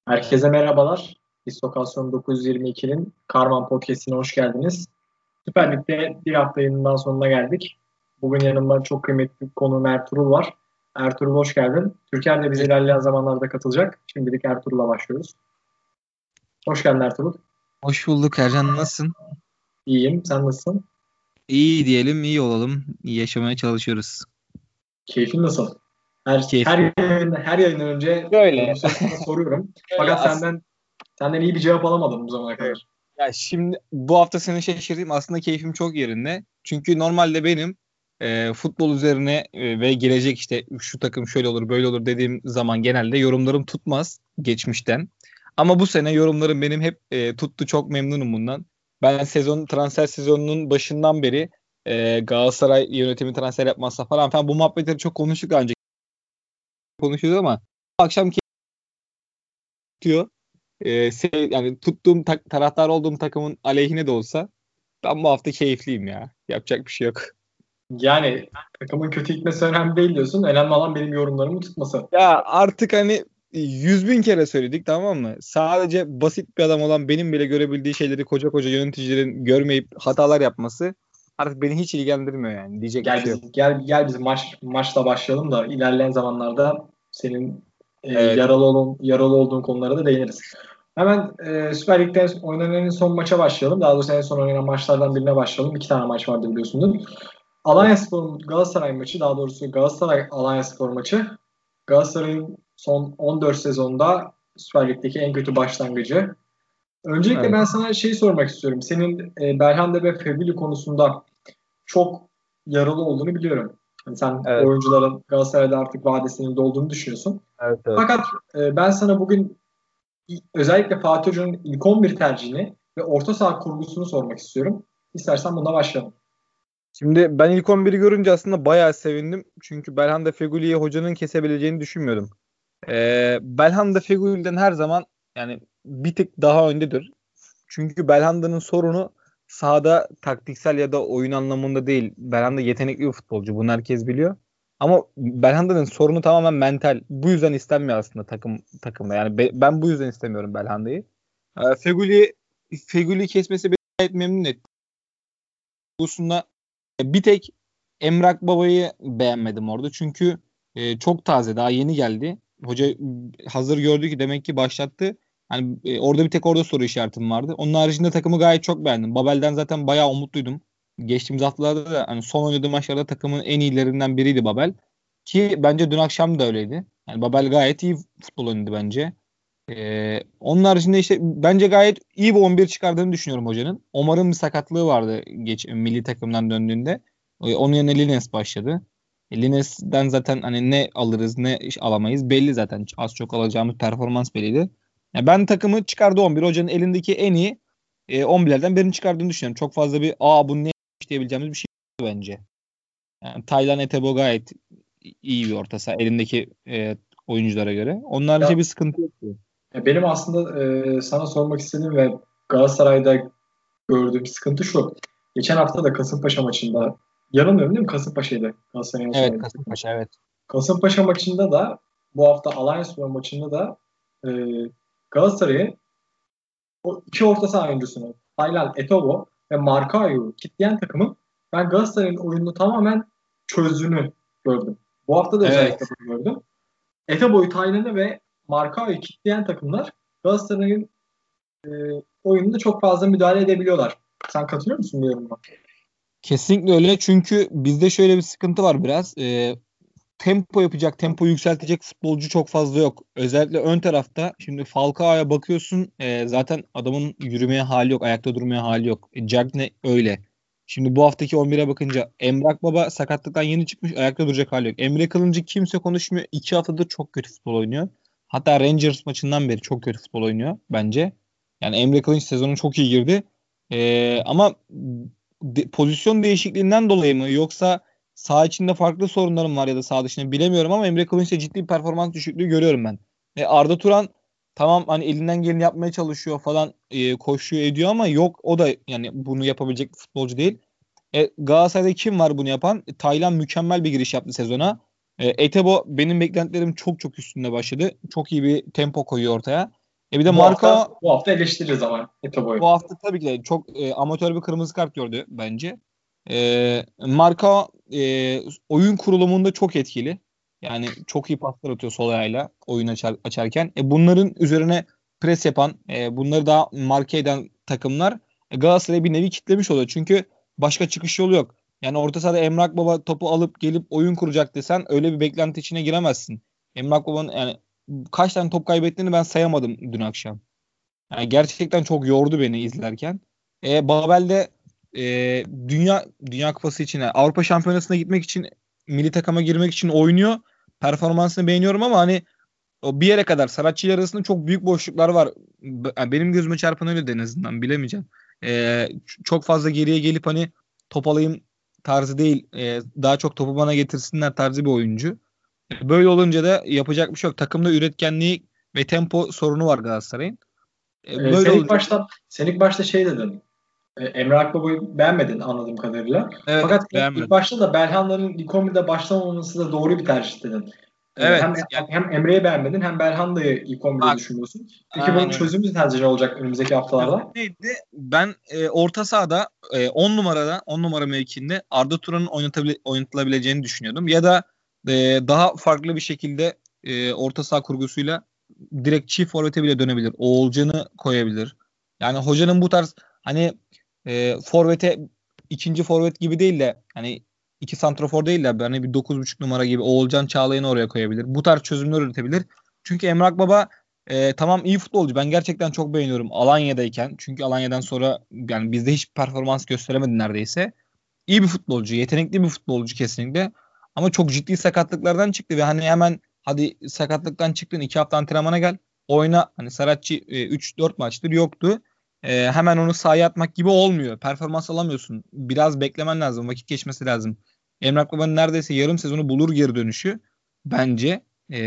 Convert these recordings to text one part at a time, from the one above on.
Herkese merhabalar. İstokasyon 922'nin Karman Podcast'ine hoş geldiniz. Süper Lig'de bir hafta yayınından sonuna geldik. Bugün yanımda çok kıymetli bir konuğum Ertuğrul var. Ertuğrul hoş geldin. Türker de bize ilerleyen zamanlarda katılacak. Şimdilik Ertuğrul'la başlıyoruz. Hoş geldin Ertuğrul. Hoş bulduk Ercan, nasılsın? İyiyim. Sen nasılsın? İyi diyelim, iyi olalım. İyi yaşamaya çalışıyoruz. Keyfin nasıl? Her, Keyif. her yayından önce bu Böyle. soruyu sana soruyorum. Böyle Fakat as senden iyi bir cevap alamadım bu zamana Evet. kadar. Ya şimdi bu hafta seni şaşırtayım. Aslında keyfim çok yerinde. Çünkü normalde benim futbol üzerine ve gelecek işte şu takım şöyle olur böyle olur dediğim zaman genelde yorumlarım tutmaz geçmişten. Ama bu sene yorumlarım benim hep tuttu. Çok memnunum bundan. Ben transfer sezonunun başından beri Galatasaray yönetimi transfer yapmazsa falan bu muhabbetleri çok konuştuk ancak konuşuyoruz ama bu akşam diyor. Yani taraftar olduğum takımın aleyhine de olsa ben bu hafta keyifliyim ya. Yapacak bir şey yok. Yani takımın kötü gitmesi önemli değil diyorsun. Önemli olan benim yorumlarımı tutması. Ya artık hani 100.000 kere söyledik, tamam mı? Sadece basit bir adam olan benim bile görebildiği şeyleri koca koca yöneticilerin görmeyip hatalar yapması artık beni hiç ilgilendirmiyor yani. Diyecek bir Gel şey yok. biz gel biz maçla başlayalım da ilerleyen zamanlarda senin Evet. yaralı olduğun konulara da değiniriz. Hemen Süper Lig'de oynanan en son maça başlayalım. Daha doğrusu en son oynanan maçlardan birine başlayalım. İki tane maç vardı biliyorsunuz. Evet. Alanyaspor Galatasaray maçı, daha doğrusu Galatasaray Alanyaspor maçı. Galatasaray'ın son 14 sezonda Süper Lig'deki en kötü başlangıcı. Öncelikle Evet. ben sana şey sormak istiyorum. Senin Belhanda ve Feguli konusunda çok yaralı olduğunu biliyorum. Yani sen Evet. oyuncuların Galatasaray'da artık vadesinin dolduğunu düşünüyorsun. Evet. Evet. Fakat ben sana bugün özellikle Fatih Hoca'nın ilk 11 tercihini ve orta saha kurgusunu sormak istiyorum. İstersen buna başlayalım. Şimdi ben ilk 11'i görünce aslında bayağı sevindim. Çünkü Belhanda Feguli'yi hocanın kesebileceğini düşünmüyordum. Belhanda Fegüli'den her zaman yani bir tık daha öndedir. Çünkü Belhanda'nın sorunu sahada taktiksel ya da oyun anlamında değil. Belhanda yetenekli bir futbolcu. Bunu herkes biliyor. Ama Belhanda'nın sorunu tamamen mental. Bu yüzden istenmiyor aslında takımda. Yani ben bu yüzden istemiyorum Belhanda'yı. Fegüli kesmesi beni gayet memnun etti. Hususunda bir tek Emrak Baba'yı beğenmedim orada. Çünkü çok taze, daha yeni geldi. Hoca hazır gördü ki demek ki başlattı. Hani orada bir tek orada soru işaretim vardı. Onun haricinde takımı gayet çok beğendim. Babel'den zaten bayağı umutluydum. Geçtiğimiz haftalarda da hani son oynadığı maçlarda takımın en iyilerinden biriydi Babel. Ki bence dün akşam da öyleydi. Yani Babel gayet iyi futbol oynadı bence. Onun haricinde işte bence gayet iyi bir 11 çıkardığını düşünüyorum hocanın. Omar'ın bir sakatlığı vardı milli takımdan döndüğünde. Onun yerine Lines başladı. Lines'den zaten hani ne alırız ne alamayız belli zaten. Az çok alacağımız performans belliydi. Ya ben takımı çıkardı 11. Hocanın elindeki en iyi 11'lerden birini çıkardığını düşünüyorum. Çok fazla bir bu ne diyebileceğimiz bir şey yok bence. Yani Taylan Etebo gayet iyi bir orta saha elindeki oyunculara göre. Onun Ya, haricinde bir sıkıntı yok. benim aslında sana sormak istediğim ve Galatasaray'da gördüğüm sıkıntı şu. Geçen hafta da Kasımpaşa maçında, yanılmıyorum değil mi? Kasımpaşa'ydı Galatasaray'ın en son Evet, oynadığı takım. Kasımpaşa, evet. Kasımpaşa maçında da bu hafta Alanyaspor maçında da e, Galatasaray'ı o iki orta saha oyuncusunu Taylan Etobo ve Markao'yu kitleyen takımın ben Galatasaray'ın oyununu tamamen çözdüğünü gördüm. Bu hafta da özellikle Evet. bunu gördüm. Etobo'yu, Taylan'ı ve Markao'yu kitleyen takımlar Galatasaray'ın e, oyununda çok fazla müdahale edebiliyorlar. Sen katılıyor musun bu yoruma? Kesinlikle öyle, çünkü bizde şöyle bir sıkıntı var biraz. Tempo yapacak, tempo yükseltecek futbolcu çok fazla yok. Özellikle ön tarafta. Şimdi Falcao'ya bakıyorsun, zaten adamın yürümeye hali yok, ayakta durmaya hali yok. Cagne öyle. Şimdi bu haftaki 11'e bakınca Emrak Baba sakatlıktan yeni çıkmış, ayakta duracak hali yok. Emre Kılıncı kimse konuşmuyor. 2 haftadır çok kötü futbol oynuyor. Hatta Rangers maçından beri çok kötü futbol oynuyor bence. Yani Emre Kılınç sezonu çok iyi girdi. Ama pozisyon değişikliğinden dolayı mı, yoksa saha içinde farklı sorunlarım var ya da saha dışında bilemiyorum ama Emre Kılınç'ta ciddi bir performans düşüklüğü görüyorum ben. Arda Turan tamam, hani elinden geleni yapmaya çalışıyor falan, koşuyor ediyor ama yok, o da yani bunu yapabilecek bir futbolcu değil. Galatasaray'da kim var bunu yapan? Taylan mükemmel bir giriş yaptı sezona. Etebo benim beklentilerim çok çok üstünde başladı. Çok iyi bir tempo koyuyor ortaya. Bir de Bu hafta Marka bu hafta eleştiririz ama bu Etobo'yu. hafta tabii ki de çok amatör bir kırmızı kart gördü bence. Marka oyun kurulumunda çok etkili. Yani çok iyi paslar atıyor sol ayağıyla oyun açarken. Bunların üzerine pres yapan, bunları daha marke eden takımlar Galatasaray'ı bir nevi kitlemiş oluyor. Çünkü başka çıkış yolu yok. Yani orta sahada Emrah Baba topu alıp gelip oyun kuracak desen öyle bir beklenti içine giremezsin. Emrah Baba'nın yani kaç tane top kaybettiğini ben sayamadım dün akşam. Yani gerçekten çok yordu beni izlerken. Babel'de Dünya Kupası için, yani Avrupa Şampiyonası'na gitmek için, milli takıma girmek için oynuyor. Performansını beğeniyorum ama hani o bir yere kadar Saratçı ile arasında çok büyük boşluklar var. Yani benim gözüme çarpan öyle de en azından bilemeyeceğim. Çok fazla geriye gelip hani top alayım tarzı değil. Daha çok topu bana getirsinler tarzı bir oyuncu. Böyle olunca da yapacak bir şey yok. Takımda üretkenliği ve tempo sorunu var Galatasaray'ın. Böyle olunca Sen ilk başta şey dedin. Emre Akbaba'yı beğenmedin anladığım kadarıyla. evet, Fakat ilk beğenmedim. başta da Belhanda'nın Likombi'de başlamaması da doğru bir tercih dedin. Hem Evet. Yani, hem Emre'yi beğenmedin hem Belhanda'yı ilk 11'de bak, düşünüyorsun. Peki bunun aynen öyle. çözümü sence ne olacak önümüzdeki Çözüm haftalarda? neydi? Ben orta sahada 10 numarada 10 numara mevkinde Arda Turan'ın oynatılabileceğini düşünüyordum. Ya da daha farklı bir şekilde orta saha kurgusuyla direkt çift forvete bile dönebilir. Oğulcan'ı koyabilir. Yani hocanın bu tarz hani forvete ikinci forvet gibi değil de hani iki santrafor değil de hani bir 9,5 numara gibi Oğulcan Çağlayan'ı oraya koyabilir. Bu tarz çözümler üretebilir. Çünkü Emrah Baba tamam iyi futbolcu. Ben gerçekten çok beğeniyorum Alanya'dayken. Çünkü Alanya'dan sonra yani bizde hiç performans gösteremedi neredeyse. İyi bir futbolcu, yetenekli bir futbolcu kesinlikle. Ama çok ciddi sakatlıklardan çıktı ve hani hemen hadi sakatlıktan çıktın 2 hafta antrenmana gel. Oyna. Hani Saratçı 3-4 maçtır yoktu. Hemen onu sahaya atmak gibi olmuyor. Performans alamıyorsun. Biraz beklemen lazım. Vakit geçmesi lazım. Emrah Baba'nın neredeyse yarım sezonu bulur geri dönüşü bence.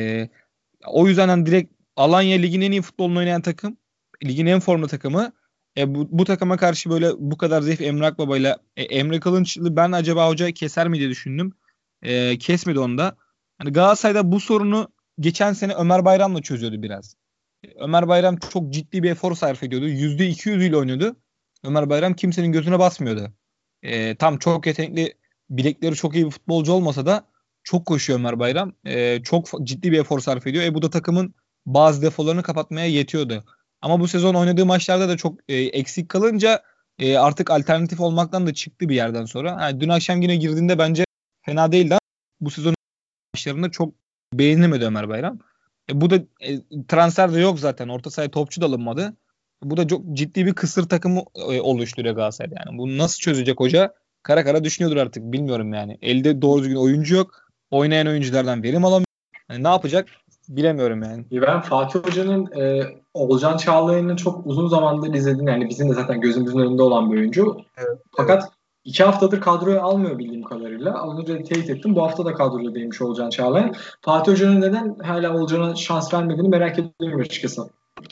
O yüzden hani direkt Alanya ligin en iyi futbolunu oynayan takım. Ligin en formda takımı. Bu takıma karşı böyle bu kadar zayıf Emre Akbaba'yla Emre Kılınçlı ben acaba hoca keser mi diye düşündüm. Kesmedi onu da. Hani Galatasaray'da bu sorunu geçen sene Ömer Bayram'la çözüyordu biraz. Ömer Bayram çok ciddi bir efor sarf ediyordu. %200 ile oynuyordu. Ömer Bayram kimsenin gözüne basmıyordu. Tam çok yetenekli, bilekleri çok iyi bir futbolcu olmasa da çok koşuyor Ömer Bayram. Çok ciddi bir efor sarf ediyor. Bu da takımın bazı defolarını kapatmaya yetiyordu. Ama bu sezon oynadığı maçlarda da çok eksik kalınca artık alternatif olmaktan da çıktı bir yerden sonra. Ha, dün akşam yine girdiğinde bence fena değildi ama bu sezon maçlarında çok beğenilemedi Ömer Bayram. Bu da transfer de yok zaten. Orta sahaya topçu da alınmadı. Bu da çok ciddi bir kısır takımı oluşturuyor Galatasaray'da. Yani bunu nasıl çözecek hoca? Kara kara düşünüyordur artık. Bilmiyorum yani. Elde doğru düzgün oyuncu yok. Oynayan oyunculardan verim alamıyor. Yani ne yapacak? Bilemiyorum yani. Ben Fatih Hoca'nın Oğulcan Çağlayan'ı çok uzun zamandır izledim. Yani bizim de zaten gözümüzün önünde olan bir oyuncu. Evet, evet. Fakat 2 haftadır kadroya almıyor bildiğim kadarıyla. Az önce de teyit ettim. Bu hafta da kadroda değilmiş Oğulcan Çağlayan. Fatih Hoca'nın neden hala Oğulcan'a şans vermediğini merak ediyorum açıkçası.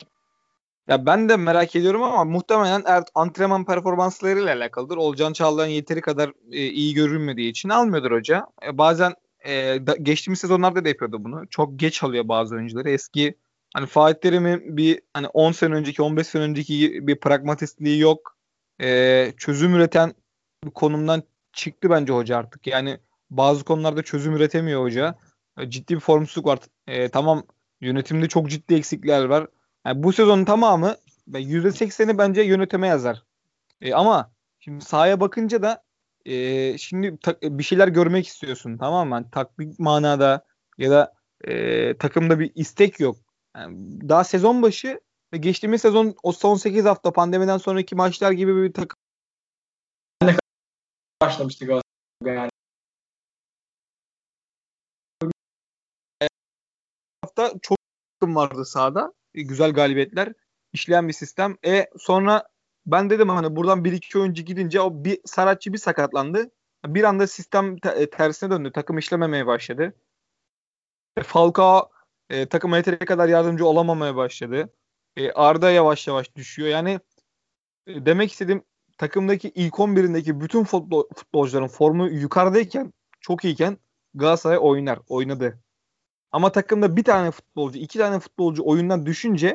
Ya ben de merak ediyorum ama muhtemelen antrenman performanslarıyla alakalıdır. Olcan Çağlayan yeteri kadar iyi görünmediği için almıyordur hoca. Bazen geçtiğimiz sezonlarda da yapıyordu bunu. Çok geç alıyor bazı oyuncuları. Eski hani Fatih Terim'in bir hani 10 sene önceki 15 sene önceki bir pragmatistliği yok. Çözüm üreten bir konumdan çıktı bence hoca artık. Yani bazı konularda çözüm üretemiyor hoca. Ciddi bir formsuzluk var. Tamam, yönetimde çok ciddi eksikler var. Yani bu sezonun tamamı %80'i bence yönetime yazar. Ama şimdi sahaya bakınca da şimdi bir şeyler görmek istiyorsun, tamam mı? Yani taktik manada ya da takımda bir istek yok. Yani daha sezon başı ve geçtiğimiz sezon o son 8 hafta pandemiden sonraki maçlar gibi bir takım Başlamıştı Galatasaray. Yani hafta çok takım vardı sahada. Güzel galibiyetler, işleyen bir sistem. Sonra ben dedim hani buradan bir iki oyuncu gidince o bir Saratçı bir sakatlandı. Bir anda sistem tersine döndü. Takım işlememeye başladı. Falcao takıma yeteri kadar yardımcı olamamaya başladı. Arda yavaş yavaş düşüyor. Yani demek istediğim takımdaki ilk 11'indeki bütün futbolcuların formu yukarıdayken, çok iyiyken Galatasaray oynadı. Ama takımda bir tane futbolcu, iki tane futbolcu oyundan düşünce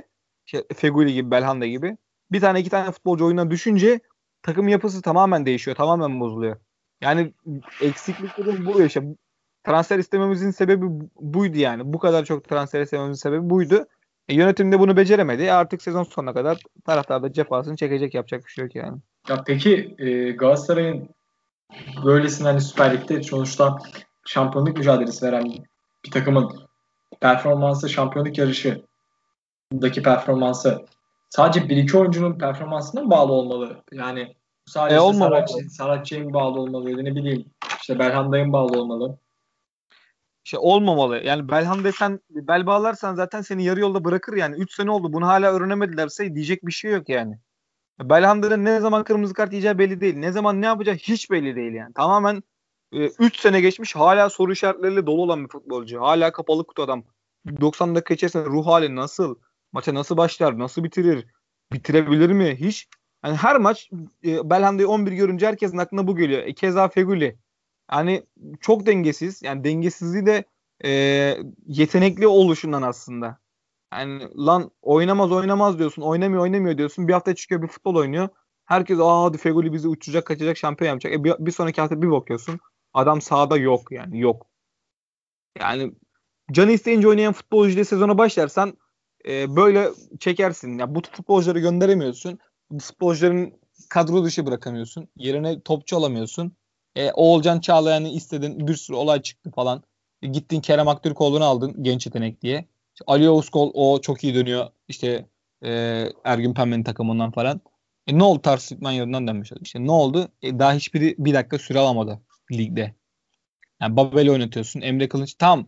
Feguli gibi, Belhanda gibi. Bir tane iki tane futbolcu oyundan düşünce takım yapısı tamamen değişiyor. Tamamen bozuluyor. Yani eksikliklerin bu işte. Transfer istememizin sebebi buydu yani. Bu kadar çok transfer istememizin sebebi buydu. Yönetim de bunu beceremedi. Artık sezon sonuna kadar taraftar da cefasını çekecek, yapacak bir şey yok yani. Ya peki Galatasaray'ın böylesine hani Süper Lig'de sonuçta şampiyonluk mücadelesi veren bir takımın performansı, şampiyonluk yarışındaki performansı sadece bir iki oyuncunun performansına mı bağlı olmalı? Yani sadece işte Olmamalı. Saratçı'ya mı bağlı olmalı? Ya da ne bileyim işte Belhanda'ya mı bağlı olmalı? Olmamalı. Yani Belhanda desen, bel bağlarsan zaten seni yarı yolda bırakır yani. 3 sene oldu. Bunu hala öğrenemedilerse diyecek bir şey yok yani. Belhanda'nın ne zaman kırmızı kart yiyeceği belli değil. Ne zaman ne yapacağı hiç belli değil yani. Tamamen 3 sene geçmiş, hala soru işaretleriyle dolu olan bir futbolcu. Hala kapalı kutu adam. 90 dakika içerisinde ruh hali nasıl? Maça nasıl başlar? Nasıl bitirir? Bitirebilir mi? Hiç. Yani her maç Belhanda'yı 11 görünce herkesin aklına bu geliyor. Keza Feguli. Yani çok dengesiz. Yani dengesizliği de e, yetenekli oluşundan aslında. Yani lan oynamaz diyorsun. Oynamıyor diyorsun. Bir hafta çıkıyor, bir futbol oynuyor. Herkes hadi Feguli bizi uçacak, kaçacak, şampiyon yapacak. Bir sonraki hafta bir bakıyorsun. Adam sahada yok yani, yok. Yani canı isteyince oynayan futbolcuyla sezona başlarsan böyle çekersin. Ya bu futbolcuları gönderemiyorsun. Bu futbolcuların kadro dışı bırakamıyorsun. Yerine topçu alamıyorsun. Oğulcan Çağlayan'ı istedin. Bir sürü olay çıktı falan. Gittin Kerem Aktürkoğlu'nu aldın genç yetenek diye. İşte Ali Oğuzkol o çok iyi dönüyor. İşte Ergün Pembe'nin takımından falan. Ne oldu? Tarsus İtman denmiş. İşte ne oldu? Daha hiçbiri bir dakika süre alamadı ligde. Yani Babel'i oynatıyorsun. Emre Kılınç tam.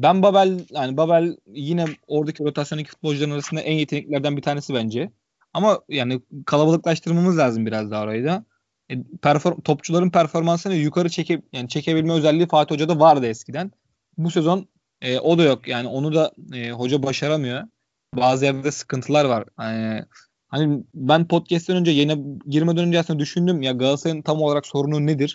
Babel yine oradaki rotasyondaki futbolcuların arasında en yeteneklilerden bir tanesi bence. Ama yani kalabalıklaştırmamız lazım biraz daha orayı da. Topçuların performansını yukarı çekebilme özelliği Fatih Hoca'da vardı eskiden. Bu sezon o da yok. Yani onu da hoca başaramıyor. Bazı yerde sıkıntılar var. Hani ben podcast'ten önce yeni girmeden önce aslında düşündüm ya, Galatasaray'ın tam olarak sorunu nedir?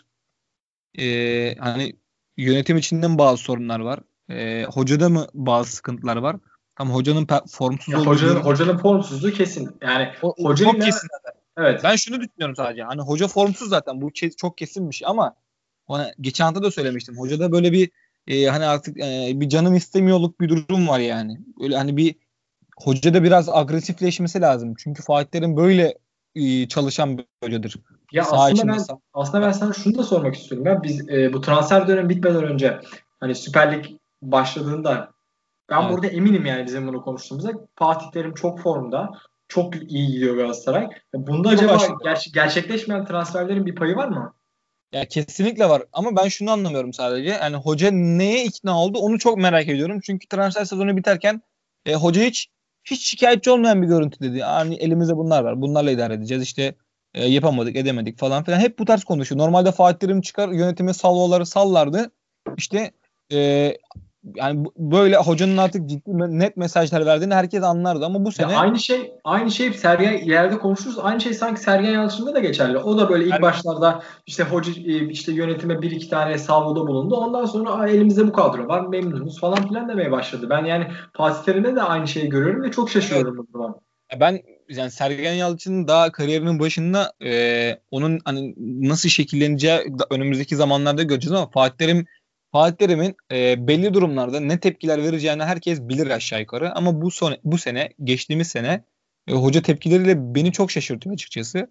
Hani yönetim içinde mi bazı sorunlar var? Hocada mı bazı sıkıntılar var? Tam hocanın formsuz Ya olduğu görün. hocanın formsuzluğu kesin. Yani O çok hocayla kesin. evet. Ben şunu düşünüyorum sadece. Hani hoca formsuz zaten. Bu çok kesin bir şey ama geçen hafta da söylemiştim. Hocada böyle bir hani artık bir canım istemiyorluk bir durum var yani. Böyle hani bir hocada biraz agresifleşmesi lazım. Çünkü Fatih Terim böyle çalışan bir hocadır. Ya Sağ içinde sağ. aslında ben sana şunu da sormak istiyorum ya. Biz bu transfer dönemi bitmeden önce hani Süper Lig başladığında ben Evet. burada eminim yani bizim bunu konuştuğumuzda Fatih Terim çok formda. Çok iyi gidiyor Galatasaray. Bunda Çok acaba aşırı. gerçekleşmeyen transferlerin bir payı var mı? Ya kesinlikle var ama ben şunu anlamıyorum sadece. Yani hoca neye ikna oldu onu çok merak ediyorum. Çünkü transfer sezonu biterken hoca hiç şikayetçi olmayan bir görüntü dedi. Yani elimizde bunlar var. Bunlarla idare edeceğiz. İşte yapamadık, edemedik falan filan. Hep bu tarz konuşuyor. Normalde Fatih Terim çıkar yönetime salvoları sallardı. İşte e, yani böyle hocanın artık ciddi net mesajlar verdiğini herkes anlardı ama bu Ya sene aynı şey Sergen ileride konuşuruz. Aynı şey sanki Sergen Yalçın'da da geçerli. O da böyle ilk başlarda işte hoca işte yönetime bir iki tane salvoda bulundu. Ondan sonra elimizde bu kadro var. Memnunuz falan filan demeye başladı. Ben yani Fatih Terim'de de aynı şeyi görüyorum ve çok evet. şaşırıyorum bu duruma. Ben yani Sergen Yalçın'ın daha kariyerinin başında onun hani nasıl şekilleneceği önümüzdeki zamanlarda göreceğiz ama Fatih Terim'in belli durumlarda ne tepkiler vereceğini herkes bilir aşağı yukarı ama bu sene geçtiğimiz sene hoca tepkileriyle beni çok şaşırtıyor açıkçası.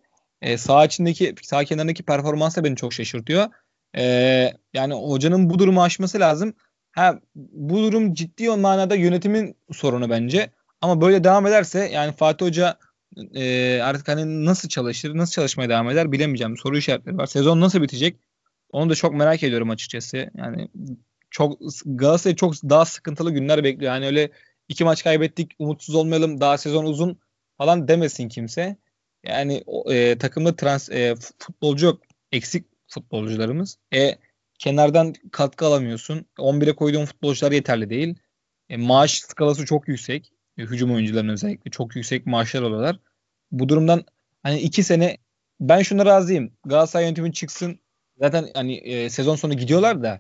Sağ kenarındaki performans da beni çok şaşırtıyor. E, Yani hocanın bu durumu aşması lazım. Bu durum ciddi manada yönetimin sorunu bence. Ama böyle devam ederse yani Fatih Hoca artık hani nasıl çalışır, nasıl çalışmaya devam eder bilemeyeceğim. Soru işaretleri var. Sezon nasıl bitecek? Onu da çok merak ediyorum açıkçası. Yani Galatasaray çok daha sıkıntılı günler bekliyor. Yani öyle iki maç kaybettik, umutsuz olmayalım, daha sezon uzun falan demesin kimse. Yani takımda futbolcu yok. Eksik futbolcularımız. Kenardan katkı alamıyorsun. 11'e koyduğun futbolcular yeterli değil. Maaş skalası çok yüksek. Hücum oyuncularının özellikle çok yüksek maaşlar alıyorlar. Bu durumdan hani 2 sene ben şuna razıyım. Galatasaray yönetimi çıksın. Zaten hani sezon sonu gidiyorlar da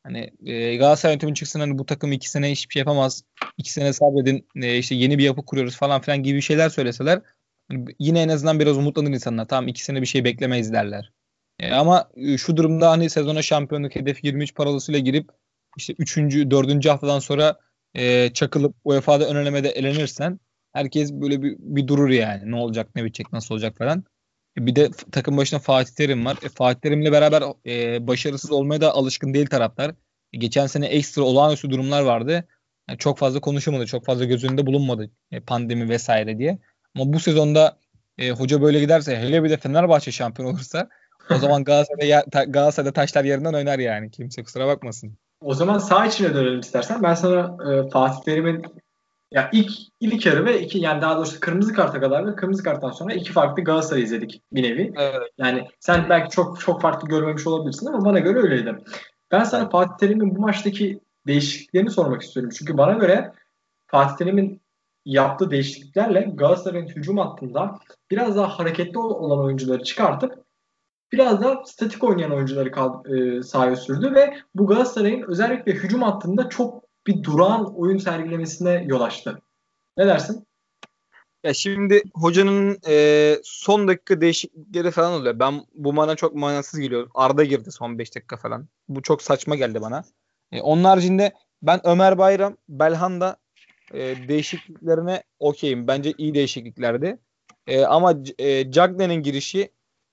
Hani Galatasaray yönetimi çıksın, hani bu takım 2 sene hiçbir şey yapamaz. 2 sene sabredin, işte yeni bir yapı kuruyoruz falan filan gibi şeyler söyleseler, hani yine en azından biraz umutlanır insanlar. Tamam, 2 sene bir şey beklemeyiz derler. Ama şu durumda hani sezona şampiyonluk hedefi 23 parolasıyla girip işte 3. 4. haftadan sonra çakılıp UEFA'da ön elemede elenirsen herkes böyle bir durur yani. Ne olacak, ne bitecek, nasıl olacak falan. Bir de takım başına Fatih Terim var. Fatih Terim'le beraber başarısız olmaya da alışkın değil taraftar. Geçen sene ekstra olağanüstü durumlar vardı. Yani çok fazla konuşulmadı, çok fazla göz önünde bulunmadı, pandemi vesaire diye. Ama bu sezonda hoca böyle giderse, hele bir de Fenerbahçe şampiyon olursa, o zaman Galatasaray'da taşlar yerinden oynar yani. Kimse kusura bakmasın. O zaman sağ içine dönelim istersen. Ben sana Fatih Terim'in ya ilk yarı ve yani daha doğrusu kırmızı karta kadar ve kırmızı karttan sonra iki farklı Galatasaray izledik bir nevi. Evet. Yani sen belki çok çok farklı görmemiş olabilirsin ama bana göre öyleydi. Ben sana Evet. Fatih Terim'in bu maçtaki değişikliklerini sormak istiyorum. Çünkü bana göre Fatih Terim'in yaptığı değişikliklerle Galatasaray'ın hücum hattında biraz daha hareketli olan oyuncuları çıkartıp biraz da statik oynayan oyuncuları sahaya sürdü ve bu Galatasaray'ın özellikle hücum hattında çok bir durağan oyun sergilemesine yol açtı. Ne dersin? Ya şimdi hocanın son dakika değişiklikleri falan oluyor. Bu bana çok manasız geliyor. Arda girdi son 5 dakika falan. Bu çok saçma geldi bana. Onun haricinde ben Ömer Bayram, Belhanda değişikliklerine okeyim. Bence iyi değişikliklerdi. Ama Cagney'in girişi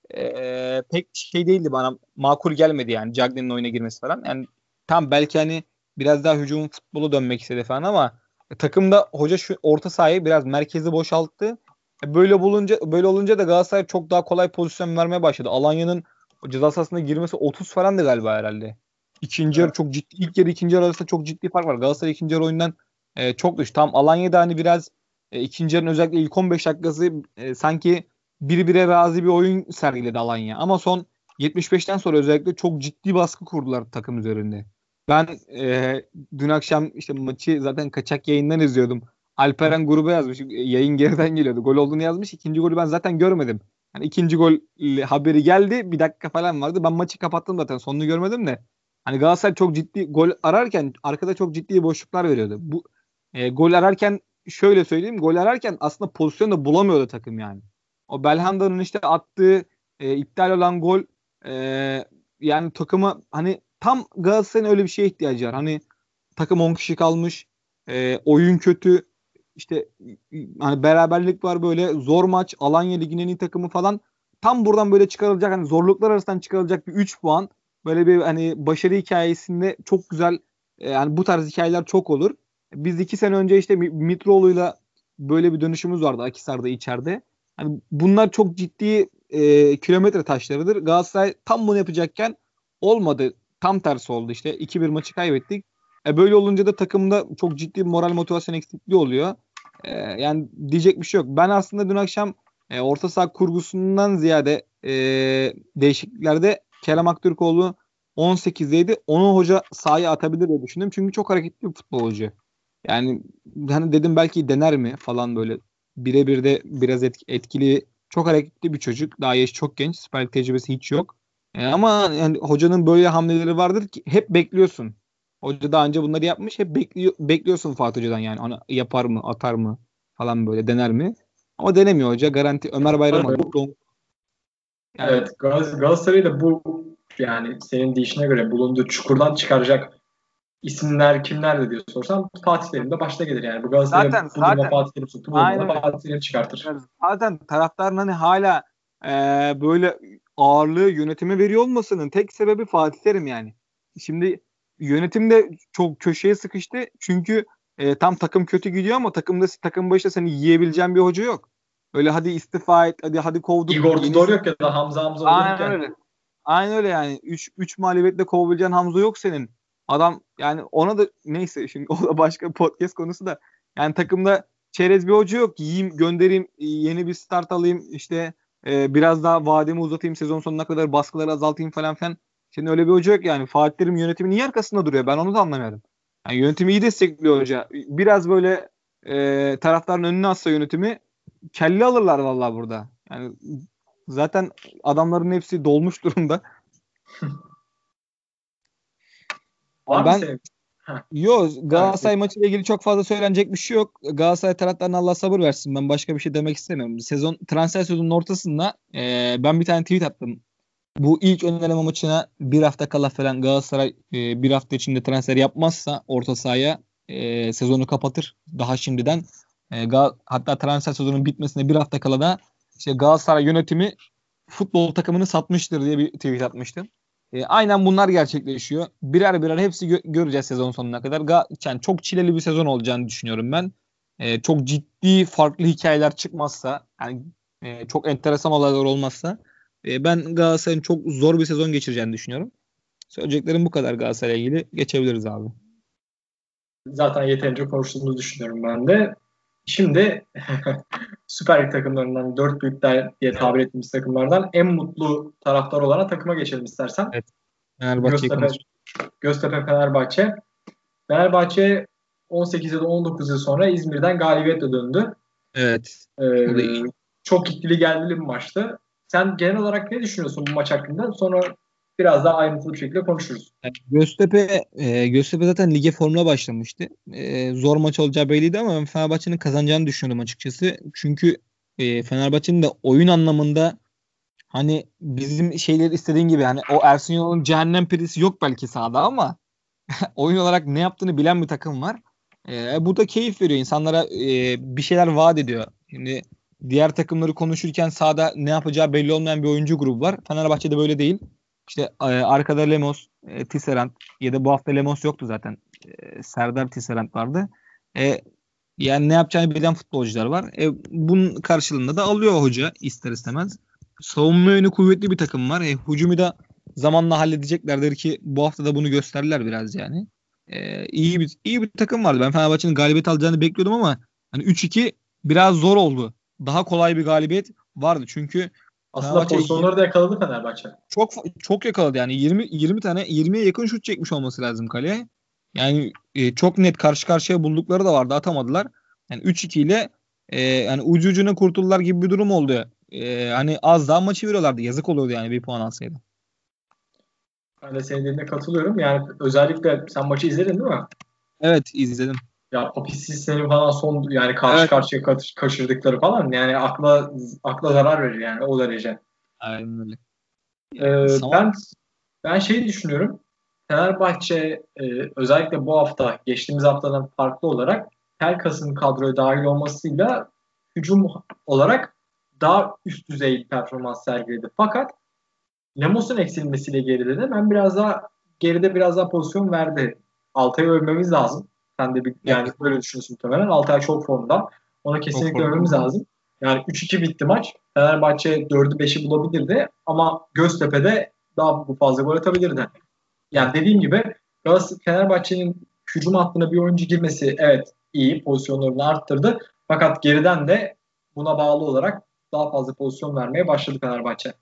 pek şey değildi, bana makul gelmedi yani, Cagney'in oyuna girmesi falan. Yani tam belki hani biraz daha hücum futbolu dönmek istedi falan ama takımda hoca şu orta sahayı biraz merkezi boşalttı. Böyle olunca da Galatasaray çok daha kolay pozisyon vermeye başladı. Alanya'nın o ceza sahasına girmesi 30 falandı galiba herhalde. İkinci yarı çok ciddi, ilk yarı ikinci yarı arasında çok ciddi fark var. Galatasaray ikinci yarı oyundan çok düştü. Tam Alanya'da hani biraz ikinci yarının özellikle ilk 15 dakikası sanki bir razı bir oyun sergiledi Alanya. Ama son 75'ten sonra özellikle çok ciddi baskı kurdular takım üzerinde. Ben dün akşam işte maçı zaten kaçak yayından izliyordum. Alperen gruba yazmış. Yayın geriden geliyordu. Gol olduğunu yazmış. İkinci golü ben zaten görmedim. Hani ikinci gol haberi geldi. Bir dakika falan vardı. Ben maçı kapattım zaten. Sonunu görmedim de. Hani Galatasaray çok ciddi gol ararken arkada çok ciddi boşluklar veriyordu. Bu gol ararken şöyle söyleyeyim. Gol ararken aslında pozisyon da bulamıyordu takım yani. O Belhanda'nın işte attığı iptal olan gol, yani takımı hani tam Galatasaray'ın öyle bir şeye ihtiyacı var. Hani takım 10 kişi kalmış. Oyun kötü. İşte hani beraberlik var, böyle zor maç. Alanya Ligi'nin en iyi takımı falan. Tam buradan böyle çıkarılacak, hani zorluklar arasından çıkarılacak bir 3 puan. Böyle bir hani başarı hikayesinde çok güzel, yani bu tarz hikayeler çok olur. Biz 2 sene önce işte Mitroğlu'yla böyle bir dönüşümüz vardı Akhisar'da içeride. Hani bunlar çok ciddi kilometre taşlarıdır. Galatasaray tam bunu yapacakken olmadı. Tam tersi oldu işte. 2-1 maçı kaybettik. Böyle olunca da takımda çok ciddi bir moral motivasyon eksikliği oluyor. Yani diyecek bir şey yok. Ben aslında dün akşam orta saha kurgusundan ziyade değişikliklerde Kerem Aktürkoğlu 18'deydi. Onu hoca sahaya atabilir diye düşündüm. Çünkü çok hareketli bir futbolcu. Yani hani dedim belki dener mi falan böyle. Birebir de biraz etkili, çok hareketli bir çocuk. Daha yaşı çok genç. Süper Lig tecrübesi hiç yok. Ama yani hocanın böyle hamleleri vardır ki hep bekliyorsun. Hoca daha önce bunları yapmış. Hep bekliyorsun Fatih Hoca'dan yani. Onu yapar mı, atar mı falan, böyle dener mi? Ama denemiyor hoca. Garanti Ömer Bayram alır. Yani Evet, Galatasaray'ı da bu yani senin deyişine göre bulunduğu çukurdan çıkaracak isimler kimlerdi diye sorsam Fatih Terim de başta gelir yani. Bu Galatasaray'ı zaten bu duruma zaten Fatih Terim soktu. Bu duruma aynen da öyle. Fatih Terim çıkartır. Yani zaten taraftarın hani hala böyle ağırlığı yönetime veriyor olmasının tek sebebi Fatih Terim yani. Şimdi yönetim de çok köşeye sıkıştı. Çünkü tam takım kötü gidiyor ama takım başında seni yiyebileceğin bir hoca yok. Öyle hadi istifa et, hadi kovduk, Igor Tudor yenisi. yok ya da Hamza var yok Aynen yani. öyle. Aynen öyle yani. 3 mağlubiyetle kovabileceğin Hamza yok senin. Adam yani, ona da neyse, şimdi o da başka bir podcast konusu da. Yani takımda çerez bir hoca yok. Yiyeyim, göndereyim, yeni bir start alayım, işte biraz daha vademi uzatayım, sezon sonuna kadar baskıları azaltayım falan filan. Şimdi öyle bir hoca yok yani. Fatih Terim yönetimin niye arkasında duruyor? Ben onu da anlamıyorum. Yani yönetimi iyi destekliyor hoca. Biraz böyle taraftarın önüne atsa yönetimi, kelle alırlar vallahi burada. Yani zaten adamların hepsi dolmuş durumda. Var mı Ben senin? Heh, Yo, evet. Galatasaray maçıyla ilgili çok fazla söylenecek bir şey yok. Galatasaray taraftarına Allah sabır versin. Ben başka bir şey demek istemiyorum. Transfer sezonunun ortasında ben bir tane tweet attım. Bu ilk ön eleme maçına bir hafta kala falan Galatasaray bir hafta içinde transfer yapmazsa orta sahaya sezonu kapatır daha şimdiden. Hatta transfer sezonunun bitmesine bir hafta kala da işte Galatasaray yönetimi futbol takımını satmıştır diye bir tweet atmıştım. Aynen bunlar gerçekleşiyor. Birer birer hepsi göreceğiz sezon sonuna kadar. Yani çok çileli bir sezon olacağını düşünüyorum ben. Çok ciddi farklı hikayeler çıkmazsa, yani çok enteresan olaylar olmazsa ben Galatasaray'ın çok zor bir sezon geçireceğini düşünüyorum. Söyleyeceklerim bu kadar Galatasaray'la ilgili. Geçebiliriz abi. Zaten yeterince konuştuğumuzu düşünüyorum ben de. Şimdi Süper Lig takımlarından dört büyükler diye tabir ettiğimiz takımlardan en mutlu taraftar olana takıma geçelim istersen. Evet. Fenerbahçe'yi Göztepe, konuş. Göztepe Fenerbahçe. Fenerbahçe 18 ya da 19 yıl sonra İzmir'den galibiyetle döndü. Evet. O da iyi. Çok ikili geldiği bir maçtı. Sen genel olarak ne düşünüyorsun bu maç hakkında? Sonra biraz daha ayrıntılı bir şekilde konuşuruz. Yani Göztepe zaten lige formla başlamıştı. Zor maç olacağı belliydi ama ben Fenerbahçe'nin kazanacağını düşünüyorum açıkçası. Çünkü Fenerbahçe'nin de oyun anlamında hani bizim şeyler istediğin gibi hani o Ersun Yanal'ın cehennem perisi yok belki sahada ama oyun olarak ne yaptığını bilen bir takım var. Bu da keyif veriyor. İnsanlara bir şeyler vaat ediyor. Şimdi diğer takımları konuşurken sahada ne yapacağı belli olmayan bir oyuncu grubu var. Fenerbahçe'de böyle değil. İşte arkada Lemos, Tisserand ya da bu hafta Lemos yoktu zaten. Serdar Tisserand vardı. E, Yani ne yapacağını bilen futbolcular var. Bunun karşılığında da alıyor hoca ister istemez. Savunma yönü kuvvetli bir takım var. Hücumu da zamanla halledeceklerdir ki bu hafta da bunu gösterdiler biraz yani. İyi bir takım vardı. Ben Fenerbahçe'nin galibiyet alacağını bekliyordum ama hani 3-2 biraz zor oldu. Daha kolay bir galibiyet vardı. Çünkü Aslında Fenerbahçe pozisyonları da yakaladı Fenerbahçe. çok çok yakaladı yani 20 tane 20'ye yakın şut çekmiş olması lazım kaleye. Yani çok net karşı karşıya buldukları da vardı, atamadılar. Yani 3-2 ile yani ucu ucuna kurtuldular gibi bir durum oldu. Hani az daha maçı veriyorlardı. Yazık oluyordu yani bir puan alsaydı. Ben de senin dediğine katılıyorum. Yani özellikle sen maçı izledin değil mi? Evet, izledim. Ya Papis'in senin falan son yani karşı Evet. karşıya kaçırdıkları falan yani akla zarar verir yani o derece. Aynen öyle. Ben şey düşünüyorum. Fenerbahçe özellikle bu hafta geçtiğimiz haftadan farklı olarak Pelkas'ın kadroya dahil olmasıyla hücum olarak daha üst düzey bir performans sergiledi. Fakat Lemos'un eksilmesiyle geride de ben biraz daha pozisyon verdi. Altay'ı övmemiz lazım. Sen de yani Evet, böyle düşünüyorsun muhtemelen. Altay çok formda. Ona çok kesinlikle formda. övmemiz lazım. Yani 3-2 bitti maç. Fenerbahçe 4'ü 5'i bulabilirdi ama Göztepe'de daha fazla gol atabilirdi. Yani Evet. dediğim gibi Fenerbahçe'nin hücum hattına bir oyuncu girmesi evet iyi pozisyonlarını arttırdı. Fakat geriden de buna bağlı olarak daha fazla pozisyon vermeye başladı Fenerbahçe.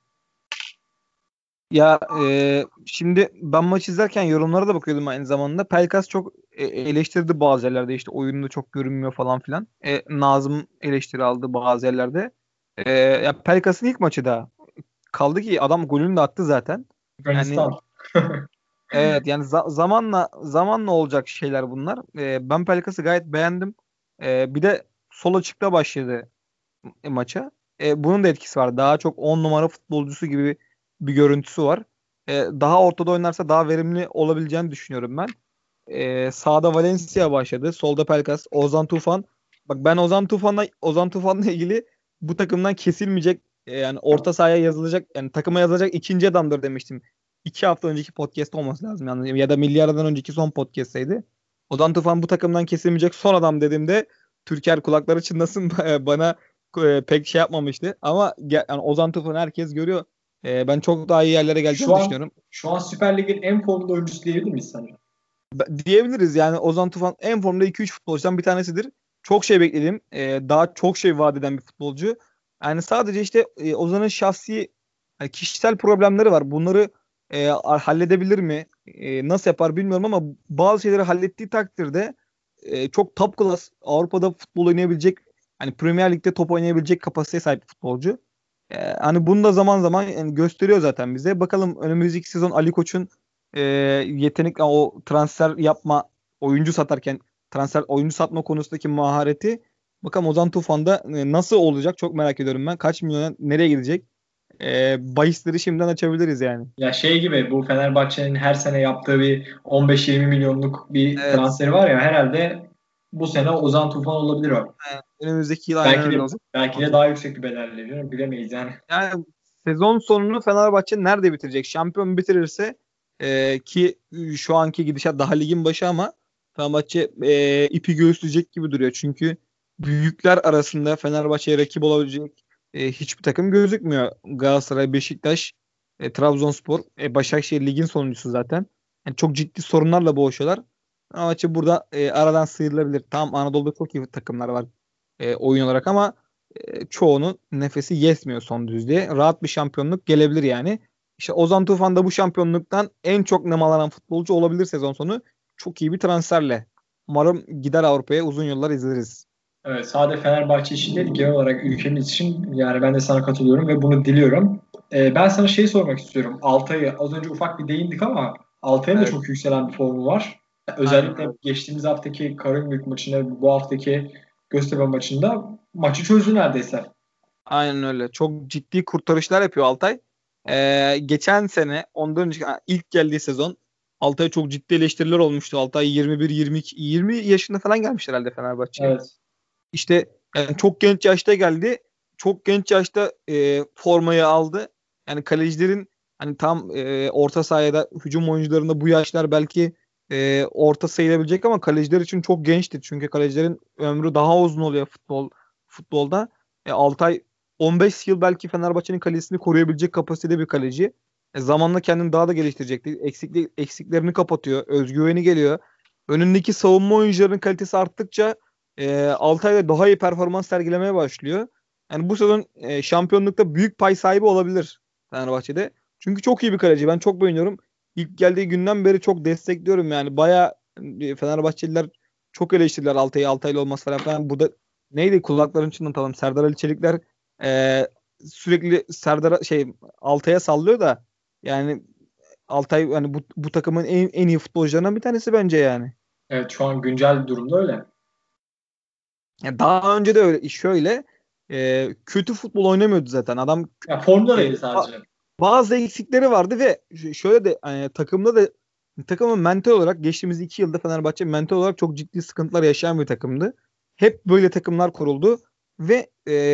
Ya şimdi ben maç izlerken yorumlara da bakıyordum aynı zamanda. Pelkas çok eleştirdi bazı yerlerde, işte oyunda çok görünmüyor falan filan. Nazım eleştiri aldı bazı yerlerde. Ya Pelkas'ın ilk maçı da kaldı ki adam golünü de attı zaten. Yani Yunanistan. evet, yani zamanla olacak şeyler bunlar. Ben Pelkas'ı gayet beğendim. Bir de sol açıkta başladı maça. Bunun da etkisi var. Daha çok 10 numara futbolcusu gibi bir görüntüsü var. Daha ortada oynarsa daha verimli olabileceğini düşünüyorum ben. Sağda Valencia başladı. Solda Pelkas, Ozan Tufan. Bak ben Ozan Tufan'la ilgili bu takımdan kesilmeyecek, yani orta sahaya yazılacak, yani takıma yazılacak ikinci adamdır demiştim. 2 hafta önceki podcast olması lazım yani, ya da milyardan önceki son podcast'teydi. Ozan Tufan bu takımdan kesilmeyecek son adam dediğimde Türker kulakları çınlasın bana pek şey yapmamıştı. Ama yani Ozan Tufan'ı herkes görüyor. Ben çok daha iyi yerlere Şu geleceğini an düşünüyorum. şu an Süper Lig'in en formda oyuncusu diyebilir miyiz sence? Diyebiliriz yani, Ozan Tufan en formda 2-3 futbolcudan bir tanesidir. Çok şey bekledim. Daha çok şey vaat eden bir futbolcu. Yani sadece işte Ozan'ın şahsi, yani kişisel problemleri var. Bunları halledebilir mi? Nasıl yapar bilmiyorum ama bazı şeyleri hallettiği takdirde çok top class Avrupa'da futbol oynayabilecek, hani Premier Lig'de top oynayabilecek kapasiteye sahip bir futbolcu. Hani bunu da zaman zaman yani gösteriyor zaten bize. Bakalım önümüzdeki sezon Ali Koç'un yetenek, o transfer yapma, oyuncu satarken oyuncu satma konusundaki mahareti, bakalım Ozan Tufan'da nasıl olacak çok merak ediyorum ben. Kaç milyona nereye gidecek? Bahisleri şimdiden açabiliriz yani. Ya şey gibi, bu Fenerbahçe'nin her sene yaptığı bir 15-20 milyonluk bir Evet. transferi var ya, herhalde bu sene Ozan Tufan olabilir o. Önümüzdeki yıl aynen Belki öyle de olacak. belki de daha yüksek bir bedelle diyorum. Bilemeyiz yani. Yani sezon sonunu Fenerbahçe nerede bitirecek? Şampiyon bitirirse, ki şu anki gidişat daha ligin başı, ama Fenerbahçe ipi göğüsleyecek gibi duruyor. Çünkü büyükler arasında Fenerbahçe'ye rakip olabilecek hiçbir takım gözükmüyor. Galatasaray, Beşiktaş, Trabzonspor, Başakşehir ligin sonuncusu zaten. Yani çok ciddi sorunlarla boğuşuyorlar. Fenerbahçe burada aradan sıyrılabilir. Tamam, Anadolu'da çok iyi takımlar var oyun olarak, ama çoğunun nefesi yetmiyor son düzlüğe. Rahat bir şampiyonluk gelebilir yani. İşte Ozan Tufan da bu şampiyonluktan en çok nemalanan futbolcu olabilir sezon sonu. Çok iyi bir transferle. Umarım gider Avrupa'ya, uzun yıllar izleriz. Evet, sadece Fenerbahçe için değil, genel olarak ülkemiz için, yani ben de sana katılıyorum ve bunu diliyorum. Ben sana şey sormak istiyorum. Altay'ı az önce ufak bir değindik ama Altay'ın da Evet. çok yükselen bir formu var. Aynen Özellikle öyle. geçtiğimiz haftaki Karagümrük maçında, bu haftaki Göztepe maçında maçı çözdü neredeyse. Aynen öyle. Çok ciddi kurtarışlar yapıyor Altay. Geçen sene, ondan önce ilk geldiği sezon Altay'a çok ciddi eleştiriler olmuştu. Altay 21, 22, 20 yaşında falan gelmiş herhalde Fenerbahçe'ye. Evet. İşte yani çok genç yaşta geldi. Çok genç yaşta formayı aldı. Yani kalecilerin, hani tam orta sahada hücum oyuncularında bu yaşlar belki orta sayılabilecek, ama kaleciler için çok gençti. Çünkü kalecilerin ömrü daha uzun oluyor futbolda. Altay 15 yıl belki Fenerbahçe'nin kalesini koruyabilecek kapasitede bir kaleci. Zamanla kendini daha da geliştirecekti. Eksiklerini kapatıyor. Özgüveni geliyor. Önündeki savunma oyuncularının kalitesi arttıkça Altay daha iyi performans sergilemeye başlıyor. Yani bu sezon şampiyonlukta büyük pay sahibi olabilir Fenerbahçe'de. Çünkü çok iyi bir kaleci. Ben çok beğeniyorum. İlk geldiği günden beri çok destekliyorum yani. Bayağı Fenerbahçeliler çok eleştirdiler Altay'lı olması falan filan. Bu da neydi, kulakların çınlatalım. Serdar Ali Çelikler e, sürekli Altay'a sallıyor da, yani Altay hani bu takımın en iyi futbolcularından bir tanesi bence yani. Evet, şu an güncel durumda öyle. Ya daha önce de öyle, şöyle kötü futbol oynamıyordu zaten. Adam Ya formda e, değil ba- sadece. bazı eksikleri vardı ve şöyle de takımda da, takımın mental olarak geçtiğimiz 2 yılda Fenerbahçe mental olarak çok ciddi sıkıntılar yaşayan bir takımdı. Hep böyle takımlar kuruldu ve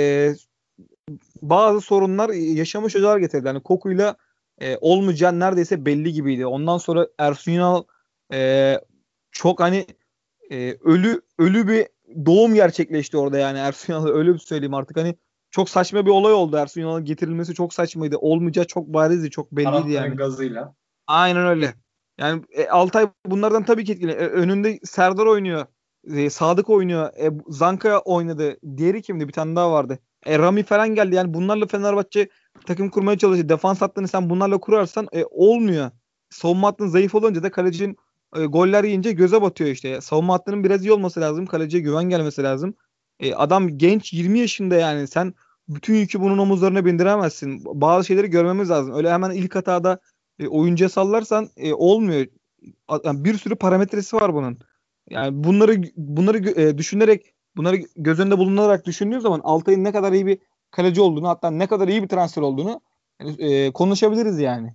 bazı sorunlar yaşamış hocalar getirdi. Yani Koku'yla olmayacağı neredeyse belli gibiydi. Ondan sonra Ersun Yanal e, çok hani ölü bir doğum gerçekleşti orada yani. Ersun Yanal'a öyle bir söyleyeyim artık, hani çok saçma bir olay oldu. Ersun Yanal'ın getirilmesi çok saçmaydı. Olmayacağı çok barizdi, çok belliydi Taraftarın yani. gazıyla. Aynen öyle. Yani Altay bunlardan tabii ki etkili. Önünde Serdar oynuyor. Sadık oynuyor. Zanka oynadı. Diğeri kimdi? Bir tane daha vardı. Rami falan geldi. Yani bunlarla Fenerbahçe takım kurmaya çalışıyor. Defans hattını sen bunlarla kurarsan olmuyor. Savunma hattın zayıf olunca da kalecinin goller yiyince göze batıyor işte. Savunma hattının biraz iyi olması lazım. Kaleciye güven gelmesi lazım. Adam genç, 20 yaşında yani. Sen bütün yükü bunun omuzlarına bindiremezsin. Bazı şeyleri görmemiz lazım. Öyle hemen ilk hatada oyuncuya sallarsan olmuyor. Yani bir sürü parametresi var bunun. Yani bunları düşünerek, bunları göz önünde bulunarak düşündüğün zaman Altay'ın ne kadar iyi bir kaleci olduğunu, hatta ne kadar iyi bir transfer olduğunu konuşabiliriz yani.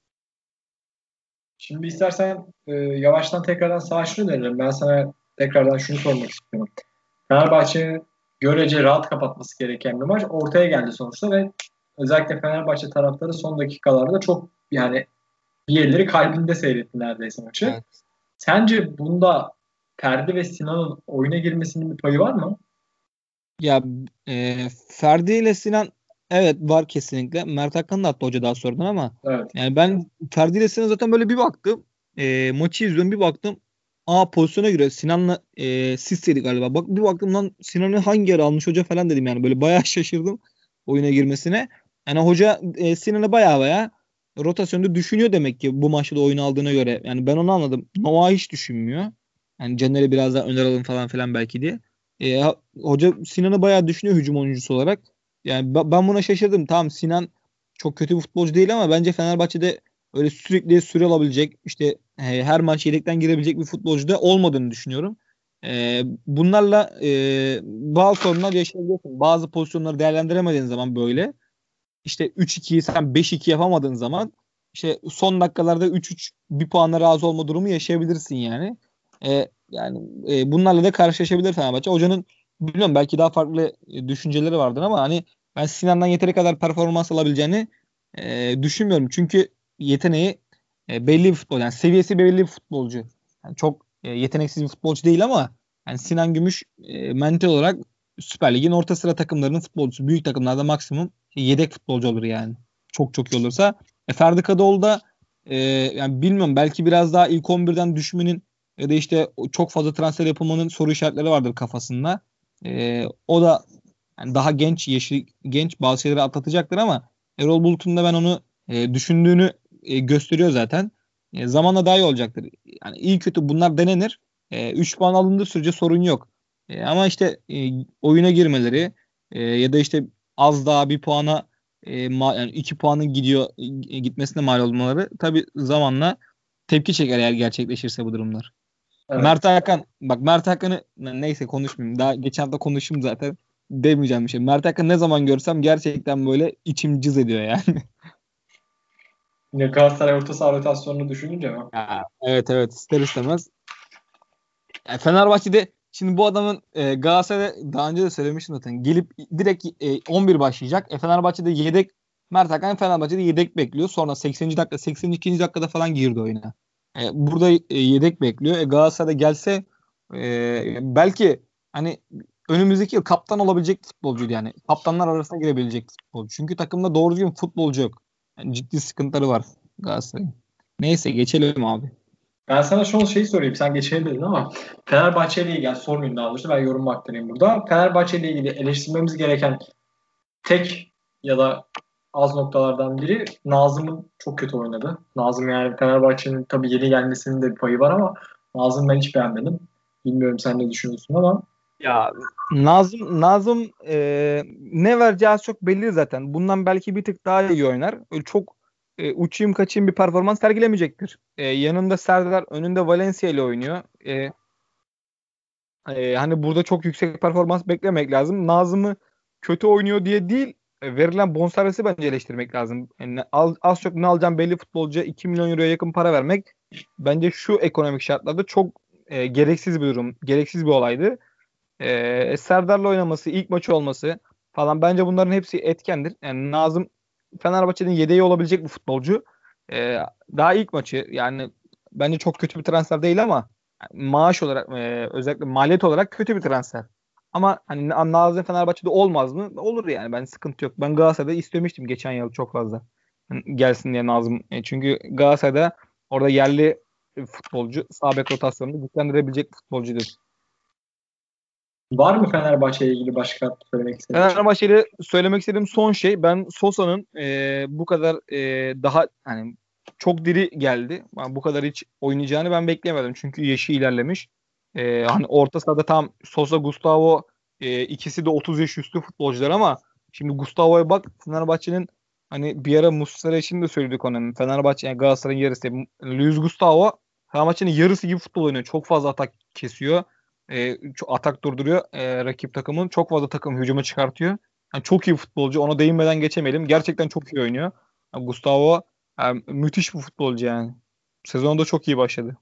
Şimdi istersen yavaştan tekrardan savaşını dönelim. Ben sana tekrardan şunu sormak istiyorum. Fenerbahçe görece rahat kapatması gereken bir maç ortaya geldi sonuçta ve özellikle Fenerbahçe taraftarı son dakikalarda çok, yani bir yerleri kalbinde seyretti neredeyse maçı. Evet. Sence bunda Ferdi ve Sinan'ın oyuna girmesinin bir payı var mı? Ya Ferdi ile Sinan, evet var kesinlikle. Mert Hakan da hatta hoca daha sonradan, ama Evet. yani ben Ferdi ile Sinan zaten böyle bir baktım. Maçı izliyorum, bir baktım. Pozisyona göre Sinan'la Sisse'ydi galiba. Bak, bir baktım lan, Sinan'ı hangi yere almış hoca falan dedim yani. Böyle bayağı şaşırdım oyuna girmesine. Yani hoca Sinan'ı bayağı rotasyonda düşünüyor demek ki, bu maçta da oyunu aldığına göre. Yani ben onu anladım. Nova hiç düşünmüyor. Yani Caner'i biraz daha öner alın falan filan belki diye. Hoca Sinan'ı bayağı düşünüyor hücum oyuncusu olarak. Yani ben buna şaşırdım. Tamam, Sinan çok kötü bir futbolcu değil, ama bence Fenerbahçe'de öyle sürekli süre alabilecek, işte her maç yedekten girebilecek bir futbolcu da olmadığını düşünüyorum. Bunlarla bazı sorunlar yaşayabiliyorsun. Bazı pozisyonları değerlendiremediğin zaman böyle işte 3-2'yi sen 5-2 yapamadığın zaman işte son dakikalarda 3-3 bir puanla razı olma durumu yaşayabilirsin yani. Yani bunlarla da karşılaşabilir Fenerbahçe. Hocanın bilmiyorum belki daha farklı düşünceleri vardır ama hani ben Sinan'dan yeteri kadar performans alabileceğini düşünmüyorum. Çünkü yeteneği belli bir futbol, yani seviyesi belli bir futbolcu. Yani çok yeteneksiz bir futbolcu değil ama yani Sinan Gümüş mental olarak Süper Lig'in orta sıra takımlarının futbolcusu. Büyük takımlarda maksimum yedek futbolcu olur yani. Çok çok iyi olursa. Ferdi Kadıoğlu da yani bilmiyorum belki biraz daha ilk 11'den düşmenin ya da işte çok fazla transfer yapılmanın soru işaretleri vardır kafasında. O da yani daha genç, yaşı genç, bazı şeyleri atlatacaktır ama Erol Bulut'un da ben onu düşündüğünü gösteriyor zaten. Zamanla daha iyi olacaktır. Yani iyi kötü bunlar denenir. 3 puan alındığı sürece sorun yok. Ama işte oyuna girmeleri ya da işte az daha bir puana yani 2 puanın gitmesine mal olmaları tabii zamanla tepki çeker eğer gerçekleşirse bu durumlar. Evet. Mert Hakan, bak Mert Hakan'ı neyse konuşmayayım. Daha geçen hafta konuştum zaten. Demeyeceğim bir şey. Mert Hakan ne zaman görsem gerçekten böyle içim cız ediyor yani. Yine Galatasaray orta saha rotasyonunu düşününce mi? Ya, evet evet, ister istemez. Yani Fenerbahçe'de şimdi bu adamın Galatasaray'da daha önce de söylemiştim zaten. Gelip direkt 11 başlayacak. Fenerbahçe'de yedek, Mert Hakan Fenerbahçe'de yedek bekliyor. Sonra 80. dakika 82. dakikada falan girdi oyuna. Burada yedek bekliyor. Galatasaray'da gelse belki hani önümüzdeki yıl kaptan olabilecek futbolcuydu yani. Kaptanlar arasına girebilecek futbolcu. Çünkü takımda doğru düzgün futbolcu yok. Yani ciddi sıkıntıları var Galatasaray'ın. Neyse geçelim abi. Ben sana şu şeyi sorayım. Sen geçelim dedin ama Fenerbahçe ile ilgili, yani sormayayım daha doğrusu, ben yorum aktarayım burada. Fenerbahçe ile ilgili eleştirmemiz gereken tek ya da az noktalardan biri Nazım'ın çok kötü oynadı. Nazım, yani Fenerbahçe'nin tabii yeni gelmesinin de bir payı var ama Nazım ben hiç beğenmedim. Bilmiyorum sen ne düşünüyorsun ama Ya Nazım ne vereceği az çok belli zaten. Bundan belki bir tık daha iyi oynar. Öyle çok uçayım kaçayım bir performans sergilemeyecektir. Yanında Serdar, önünde Valencia ile oynuyor. Hani burada çok yüksek performans beklemek lazım. Nazım'ı kötü oynuyor diye değil, verilen bonservisi bence eleştirmek lazım. Yani az çok ne alacağım belli futbolcuya 2 milyon euroya yakın para vermek bence şu ekonomik şartlarda çok gereksiz bir durum, gereksiz bir olaydı. Serdar'la oynaması, ilk maçı olması falan bence bunların hepsi etkendir. Yani Nazım Fenerbahçe'nin yedeği olabilecek bir futbolcu. Ee, Daha ilk maçı yani bence çok kötü bir transfer değil ama maaş olarak özellikle maliyet olarak kötü bir transfer. Ama hani Nazım Fenerbahçe'de olmaz mı? Olur yani, ben sıkıntı yok. Ben Galatasaray'da istemiştim geçen yıl çok fazla. Yani gelsin diye Nazım. Çünkü Galatasaray'da orada yerli futbolcu sağ bek rotasyonunu güçlendirebilecek bir futbolcudur. var mı Fenerbahçe ile ilgili başka söylemek istediğin şey? Fenerbahçe'yle söylemek istediğim son şey, ben Sosa'nın bu kadar daha hani çok diri geldi. Yani bu kadar hiç oynayacağını ben beklemedim. Çünkü yaşı ilerlemiş. Hani orta sahada tam Sosa, Gustavo ikisi de 30 yaş üstü futbolcular ama şimdi Gustavo'ya bak, Fenerbahçe'nin hani bir ara Muslera için de söyledik onu. Fenerbahçe yani Galatasaray'ın yarısı. Luis Gustavo Fenerbahçe'nin yarısı gibi futbol oynuyor. Çok fazla atak kesiyor. Çok atak durduruyor rakip takımın. Çok fazla takım hücuma çıkartıyor. Yani çok iyi futbolcu. Ona değinmeden geçemeyelim. Gerçekten çok iyi oynuyor. Yani Gustavo müthiş bir futbolcu yani. Sezonda çok iyi başladı.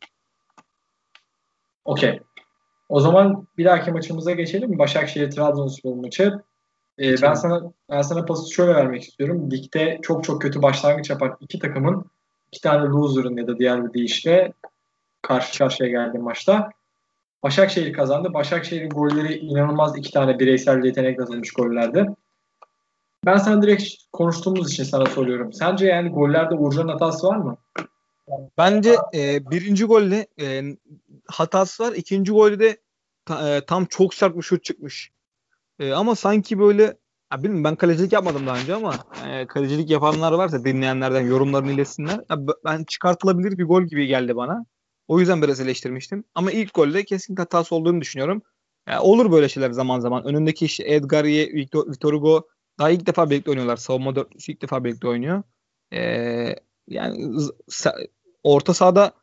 Okey. O zaman bir dahaki maçımıza geçelim mi? Başakşehir-Trabzonspor maçı. Geçelim. Ben sana pası şöyle vermek istiyorum. Ligde çok çok kötü başlangıç yapan iki takımın, iki tane loser'ın ya da diğer bir deyişle karşı karşıya geldiği maçta Başakşehir kazandı. Başakşehir'in golleri inanılmaz, iki tane bireysel yetenek yazılmış gollerdi. Ben sana direkt konuştuğumuz için sana soruyorum. Sence yani gollerde Uğurcan'ın hatası var mı? Bence birinci golde hatası var. İkinci golde de tam çok sert bir şut çıkmış. Ama sanki böyle, ya bilmiyorum, ben kalecilik yapmadım daha önce ama kalecilik yapanlar varsa dinleyenlerden yorumlarını iletsinler. Ya, ben çıkartılabilir bir gol gibi geldi bana. O yüzden biraz eleştirmiştim. Ama ilk golde kesinlikle hatası olduğunu düşünüyorum. Olur böyle şeyler zaman zaman. Önündeki işte Edgar, Vitor Hugo daha ilk defa birlikte oynuyorlar. Savunma dörtlüsü ilk defa birlikte oynuyor. yani orta sahada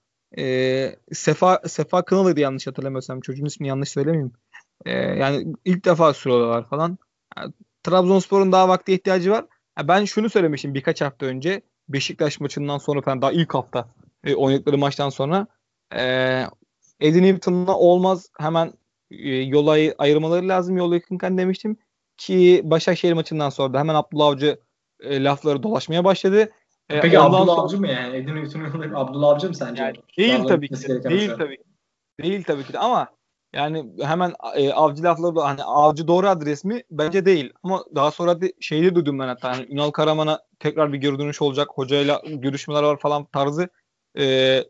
Sefa Kınalı'ydı yanlış hatırlamıyorsam. Çocuğun ismini yanlış söylemeyeyim. Yani ilk defa sürüyorlar falan. Yani, Trabzonspor'un daha vakti ihtiyacı var. Ben şunu söylemiştim birkaç hafta önce. Beşiktaş maçından sonra falan daha ilk hafta oynadıkları maçtan sonra Eddie Newton'la olmaz. Hemen yola ayırmaları lazım. Yola yakınken demiştim ki Başakşehir maçından sonra da hemen Abdullah Avcı lafları dolaşmaya başladı. Peki Ondan Abdullah sonra Avcı mı yani? Edin Hüsnü'nün Abdullah Avcı mı sence? yani değil Trabzon'a tabii ki gitmesi de. gereken Değil şu an. tabii ki. Değil tabii ki de ama yani hemen Avcı lafları da hani Avcı doğru adres mi? Bence değil. Ama daha sonra şeyde duydum ben hatta hani Ünal Karaman'a tekrar bir geri dönüş olacak. Hocayla görüşmeler var falan tarzı e,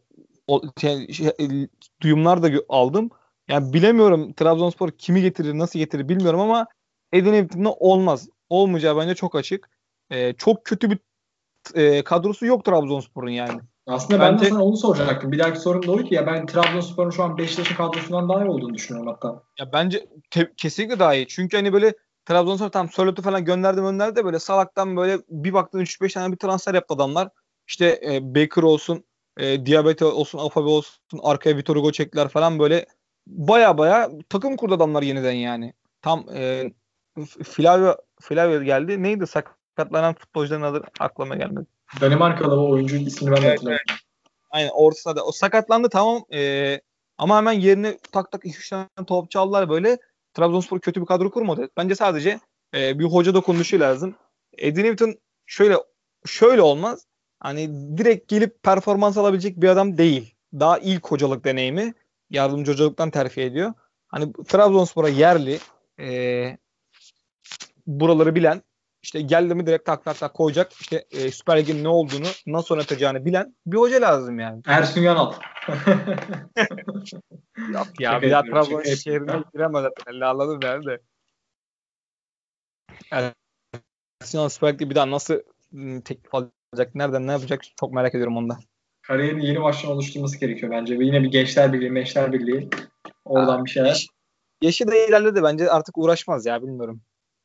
duyumlar da aldım. Yani bilemiyorum Trabzonspor kimi getirir, nasıl getirir bilmiyorum ama Edirne olmaz. Olmayacağı bence çok açık. Çok kötü bir kadrosu yok Trabzonspor'un yani. Aslında ben de Bence sana onu soracaktım. Bir dahaki sorum da o ki ya ben Trabzonspor'un şu an Beşiktaş'ın kadrosundan daha iyi olduğunu düşünüyorum hatta. ya bence kesinlikle daha iyi. Çünkü hani böyle Trabzonspor tam Sörlot'u falan gönderdi de böyle salaktan böyle bir baktın 3-5 tane bir transfer yaptı adamlar. İşte Baker olsun, Diabete olsun, Afabe olsun, arkaya Vitor Hugo çektiler falan böyle baya takım kurdu adamlar yeniden yani. Tam Flavio geldi. Neydi sakatlanan futbolcuların adı aklıma gelmedi. Danimarkalı o oyuncu ismini ben de Evet, evet. hatırlamıyorum. Aynen ortada da. O sakatlandı tamam. Ama hemen yerine tak tak 2-3 tane topçu aldılar böyle. Trabzonspor kötü bir kadro kurmadı. Bence sadece bir hoca dokunuşu lazım. Eddie Newton şöyle olmaz. Hani direkt gelip performans alabilecek bir adam değil. Daha ilk hocalık deneyimi. Yardımcı hocalıktan terfi ediyor. Hani Trabzonspor'a yerli buraları bilen işte geldi mi direkt tak tak tak koyacak. İşte Süper Lig'in ne olduğunu, nasıl oynatacağını bilen bir hoca lazım yani. Ersun Yanal. Yok ya Şaka bir daha yapıyorum. Trabzon Şaka şehrine yapıyorum. giremez zaten. Elle anladım ben de. Arsenal Süper Lig'de bir daha nasıl teklif alacak, nereden ne yapacak çok merak ediyorum onda. Kariyerini yeni baştan oluşturması gerekiyor bence. Ve yine bir Gençler Birliği, Meşler Birliği. Oradan bir şeyler. Yaşı da ilerledi bence artık uğraşmaz ya bilmiyorum.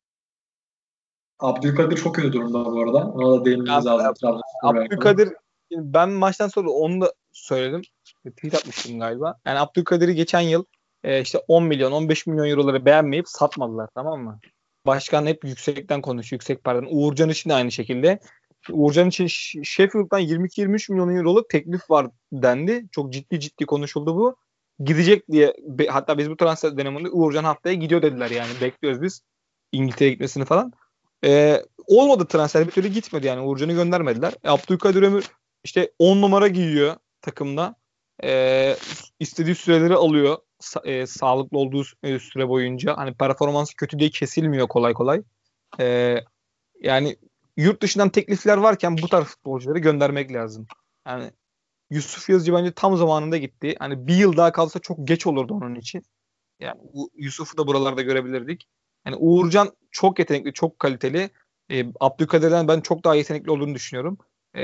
Abdülkadir çok kötü durumda bu arada. Ona da Ya, değinmemiz lazım Trabzonspor'la alakalı. Abdülkadir ben maçtan sonra onu da söyledim. Tweet atmıştım galiba. Yani Abdülkadir'i geçen yıl işte 10 milyon 15 milyon euroları beğenmeyip satmadılar tamam mı? Başkan hep yüksekten konuşuyor. Yüksek paradan. Uğurcan için de aynı şekilde. Uğurcan için Sheffield'dan 22-23 milyon euroluk teklif var dendi. Çok ciddi konuşuldu bu. Gidecek diye hatta biz bu transfer döneminde Uğurcan haftaya gidiyor dediler yani. Bekliyoruz biz İngiltere'ye gitmesini falan. Olmadı transfer bir türlü gitmedi yani Uğurcan'ı göndermediler. Abdülkadir Ömür işte 10 numara giyiyor takımda. İstediği süreleri alıyor. Sağlıklı olduğu süre boyunca. Hani performansı kötü diye kesilmiyor kolay kolay. Ee, Yani yurt dışından teklifler varken bu tarz futbolcuları göndermek lazım. Yani Yusuf Yazıcı bence tam zamanında gitti. Hani bir yıl daha kalsa çok geç olurdu onun için. Yani Yusuf'u da buralarda görebilirdik. Yani Uğurcan çok yetenekli, çok kaliteli. Abdülkadir'den ben çok daha yetenekli olduğunu düşünüyorum.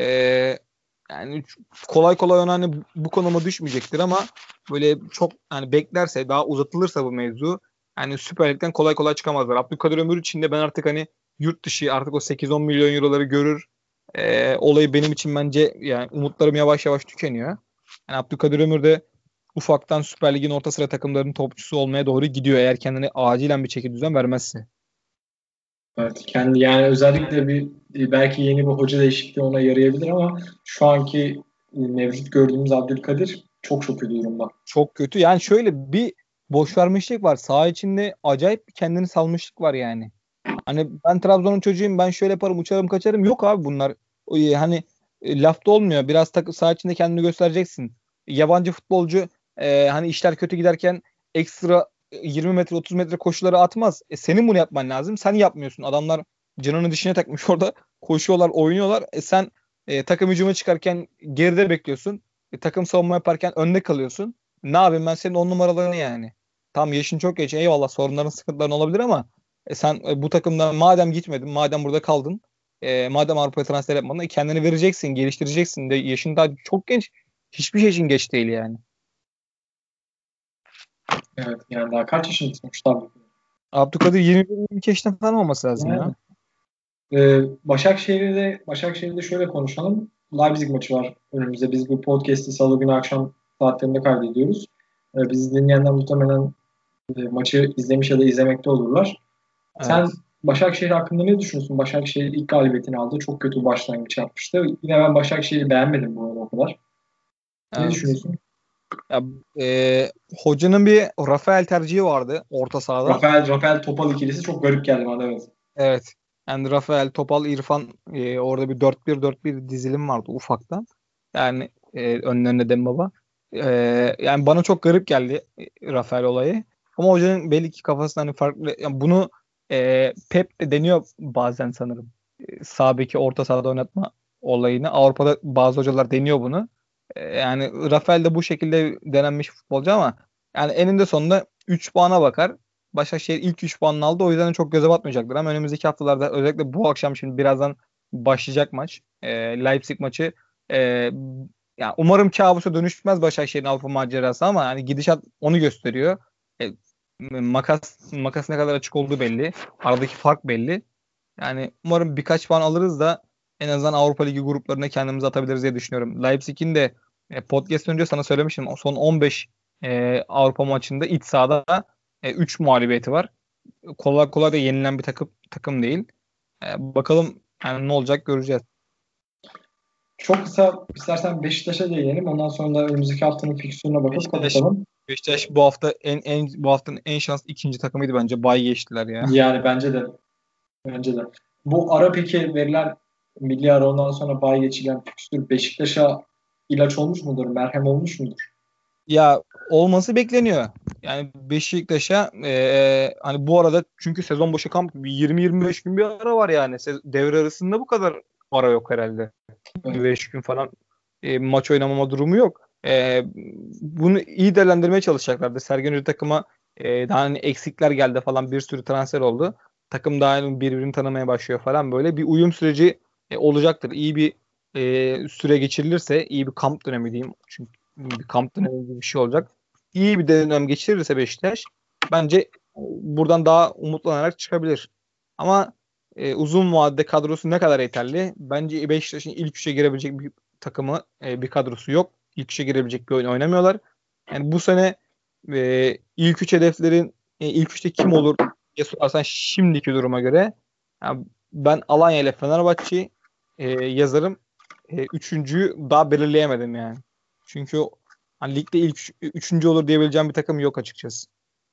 Yani kolay kolay ona hani bu konuma düşmeyecektir ama böyle çok hani beklerse daha uzatılırsa bu mevzu yani Süper Lig'den kolay kolay çıkamazlar. Abdülkadir Ömür için de ben artık hani yurt dışı artık o 8-10 milyon euroları görür. Olayı benim için bence yani umutlarım yavaş yavaş tükeniyor. Yani Abdülkadir Ömür de ufaktan Süper Lig'in orta sıra takımlarının topçusu olmaya doğru gidiyor eğer kendine acilen bir çeki düzen vermezse. Evet, kendi yani özellikle belki yeni bir hoca değişikliği ona yarayabilir ama şu anki mevcut gördüğümüz Abdülkadir çok çok kötü durumda. Çok kötü. Yani şöyle bir boş vermişlik var. Saha içinde acayip bir kendini salmışlık var yani. Hani ben Trabzon'un çocuğuyum ben şöyle yaparım uçarım kaçarım. Yok abi bunlar. Hani lafta olmuyor. Biraz saha içinde kendini göstereceksin. Yabancı futbolcu hani işler kötü giderken ekstra 20 metre 30 metre koşuları atmaz. Senin bunu yapman lazım. Sen yapmıyorsun. Adamlar canını dişine takmış orada. Koşuyorlar, oynuyorlar. Sen takım hücuma çıkarken geride bekliyorsun. Takım savunma yaparken önde kalıyorsun. Ne yapayım ben senin 10 numaralarını yani. Tam yaşın çok geç. Eyvallah sorunların sıkıntıların olabilir ama sen bu takımdan madem gitmedin, madem burada kaldın, madem Avrupa'ya transfer yapmadın, kendini vereceksin, geliştireceksin de yaşın daha çok genç. Hiçbir şey için geç değil yani. Evet yani daha kaç yaşında sonuçta Abdülkadir? Abdülkadir 21-22 yaşında falan olması lazım Yani ya. Başakşehir'de şöyle konuşalım. Leipzig maçı var önümüzde. Biz bu podcast'i salı günü akşam saatlerinde kaydediyoruz. Bizi dinleyenler muhtemelen maçı izlemiş ya da izlemekte olurlar. Sen Evet. Başakşehir hakkında ne düşünüyorsun? Başakşehir ilk galibiyetini aldı. Çok kötü başlangıç yapmıştı. Yine ben Başakşehir'i beğenmedim bu arada o kadar. Ne Evet. düşünüyorsun? Ya, hocanın bir Rafael tercihi vardı orta sahada. Rafael Topal ikilisi çok garip geldi bana, evet. Evet. Yani Rafael, Topal, İrfan, orada bir 4-1-4-1 dizilim vardı ufaktan. Yani önlerine Dembaba. Yani bana çok garip geldi Rafael olayı. Ama hocanın belli ki kafasında hani farklı. Yani bunu Pep de deniyor bazen sanırım. Sağ beki orta sahada oynatma olayını. Avrupa'da bazı hocalar deniyor bunu. Yani Rafael de bu şekilde denenmiş futbolcu ama yani eninde sonunda 3 puana bakar. Başakşehir ilk 3 puanını aldı. O yüzden çok göze batmayacaktır. Ama önümüzdeki haftalarda özellikle bu akşam şimdi birazdan başlayacak maç. Leipzig maçı. E, Yani umarım kabusa dönüşmez Başakşehir'in Avrupa macerası ama hani gidişat onu gösteriyor. E, makas ne kadar açık olduğu belli. Aradaki fark belli. Yani umarım birkaç puan alırız da en azından Avrupa Ligi gruplarına kendimizi atabiliriz diye düşünüyorum. Leipzig'in de podcast önce sana söylemiştim. Son 15 Avrupa maçında iç sahada 3 mağlubiyeti var. Kolay kolay da yenilen bir takım değil. Bakalım yani ne olacak göreceğiz. Çok kısa istersen Beşiktaş'a değinelim. Ondan sonra da önümüzdeki haftanın fikstürüne bakıp Beşiktaş kapatalım. Beşiktaş bu hafta bu haftanın en şanslı ikinci takımıydı bence. Bay geçtiler ya. Yani bence de. Bu ara peki verilen milli ara, ondan sonra bay geçilen fikstür Beşiktaş'a ilaç olmuş mudur? Merhem olmuş mudur? Ya olması bekleniyor. Yani Beşiktaş'a hani bu arada çünkü sezon başı kamp 20-25 gün bir ara var yani. Devre arasında bu kadar ara yok herhalde. Bir Evet. 5 gün falan maç oynamama durumu yok. Bunu iyi değerlendirmeye çalışacaklardı. Sergen Hoca takıma daha hani eksikler geldi falan, bir sürü transfer oldu. Takım daha hani birbirini tanımaya başlıyor falan, böyle bir uyum süreci olacaktır. İyi bir süre geçirilirse, iyi bir kamp dönemi diyeyim. Çünkü bir kamp dönemi gibi bir şey olacak. İyi bir dönem geçirirse Beşiktaş bence buradan daha umutlanarak çıkabilir. Ama uzun vadede kadrosu ne kadar yeterli? Bence Beşiktaş'ın ilk üçe girebilecek bir takımı, bir kadrosu yok. İlk üçe girebilecek bir oyun oynamıyorlar. Yani bu sene ilk üç hedeflerin ilk üçte kim olur diye sorarsan şimdiki duruma göre yani ben Alanya ile Fenerbahçe yazarım. Üçüncüyü daha belirleyemedim yani. Çünkü hani ligde üçüncü olur diyebileceğim bir takım yok açıkçası.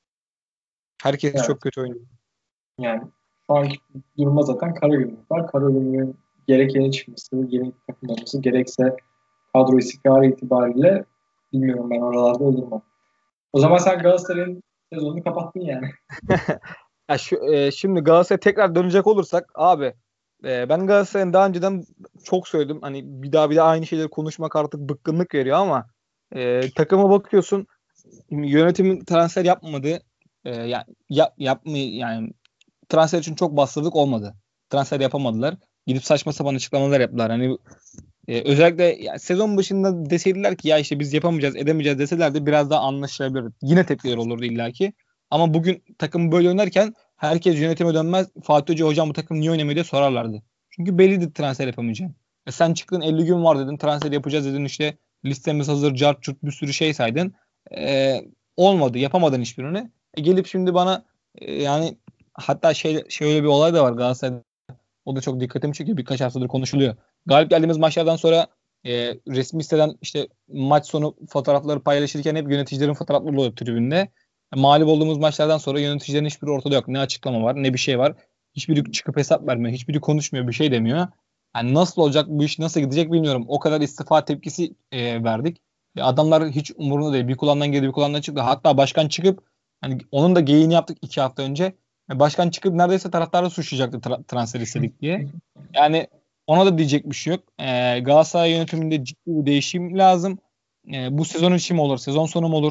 Herkes Evet. çok kötü oynuyor. Yani şu anki durumda zaten Karagümrük var. Karagümrük'ün gerek yeni çıkması, yeni takım olması, gerekse kadro istikrarı itibariyle bilmiyorum, ben oralarda olur mu? O zaman sen Galatasaray'ın sezonunu kapattın yani. Ya şimdi Galatasaray'a tekrar dönecek olursak abi, ben Galatasaray'ın daha önceden çok söyledim. Hani bir daha aynı şeyleri konuşmak artık bıkkınlık veriyor ama takıma bakıyorsun, yönetimin transfer yapmadığı yani yani transfer için çok bastırdık, olmadı. Transfer yapamadılar. Gidip saçma sapan açıklamalar yaptılar. Hani özellikle ya, sezon başında deseydiler ki ya işte biz yapamayacağız, edemeyeceğiz deseler de biraz daha anlaşılabilir. Yine tepkiler olurdu illaki. Ama bugün takım böyle oynarken herkes yönetime dönmez. Fatih Hoca hocam bu takım niye oynamıyor diye sorarlardı. Çünkü belliydi transfer yapamayacağım. Sen çıktın 50 gün var dedin, transfer yapacağız dedin, işte listemiz hazır, cart curt bir sürü şey saydın. E, Olmadı, yapamadın hiçbirini. Gelip şimdi bana yani hatta şöyle bir olay da var Galatasaray'da. O da çok dikkatimi çekiyor. Birkaç haftadır konuşuluyor. Galip geldiğimiz maçlardan sonra resmi siteden işte maç sonu fotoğrafları paylaşırken hep yöneticilerin fotoğrafları oluyor tribünde. Mağlup olduğumuz maçlardan sonra yöneticilerin hiçbiri ortada yok. Ne açıklama var, ne bir şey var. Hiçbiri çıkıp hesap vermiyor. Hiçbiri konuşmuyor, bir şey demiyor. Yani nasıl olacak bu iş, nasıl gidecek bilmiyorum. O kadar istifa tepkisi verdik. Adamlar hiç umurunda değil. Bir kulağından girdi, bir kulağından çıktı. Hatta başkan çıkıp, hani onun da geyiğini yaptık 2 hafta önce. Başkan çıkıp neredeyse taraftarı suçlayacaktı transfer istedik diye. Yani ona da diyecek bir şey yok. Galatasaray yönetiminde ciddi bir değişim lazım. Bu sezon için mi olur, sezon sonu mu olur?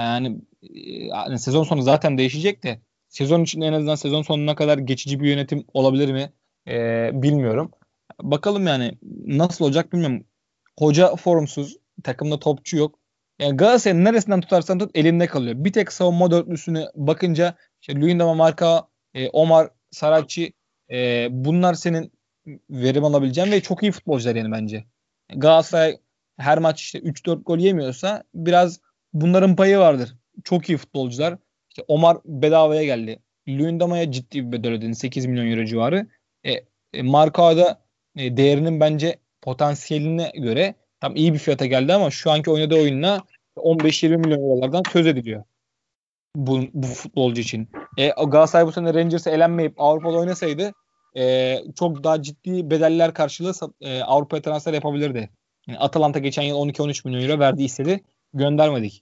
Yani sezon sonu zaten değişecek de sezon için en azından sezon sonuna kadar geçici bir yönetim olabilir mi? Bilmiyorum. Bakalım yani nasıl olacak bilmiyorum. Hoca formsuz, takımda topçu yok. Yani Galatasaray'ın neresinden tutarsan tut elinde kalıyor. Bir tek savunma dörtlüsüne bakınca işte Luyendama, Marka, Omar, Saracchi, bunlar senin verim alabileceğin ve çok iyi futbolcular yani bence. Galatasaray her maç işte 3-4 gol yemiyorsa biraz bunların payı vardır. Çok iyi futbolcular. İşte Omar bedavaya geldi. Luyendama'ya ciddi bir bedel ödedi. 8 milyon euro civarı. Marcao'da değerinin bence potansiyeline göre tam iyi bir fiyata geldi ama şu anki oynadığı oyunla 15-20 milyon eurolardan söz ediliyor bu futbolcu için. Galatasaray bu sene Rangers'e elenmeyip Avrupa'da oynasaydı çok daha ciddi bedeller karşılığı Avrupa'ya transfer yapabilirdi. Yani Atalanta geçen yıl 12-13 milyon euro verdi istedi. Göndermedik.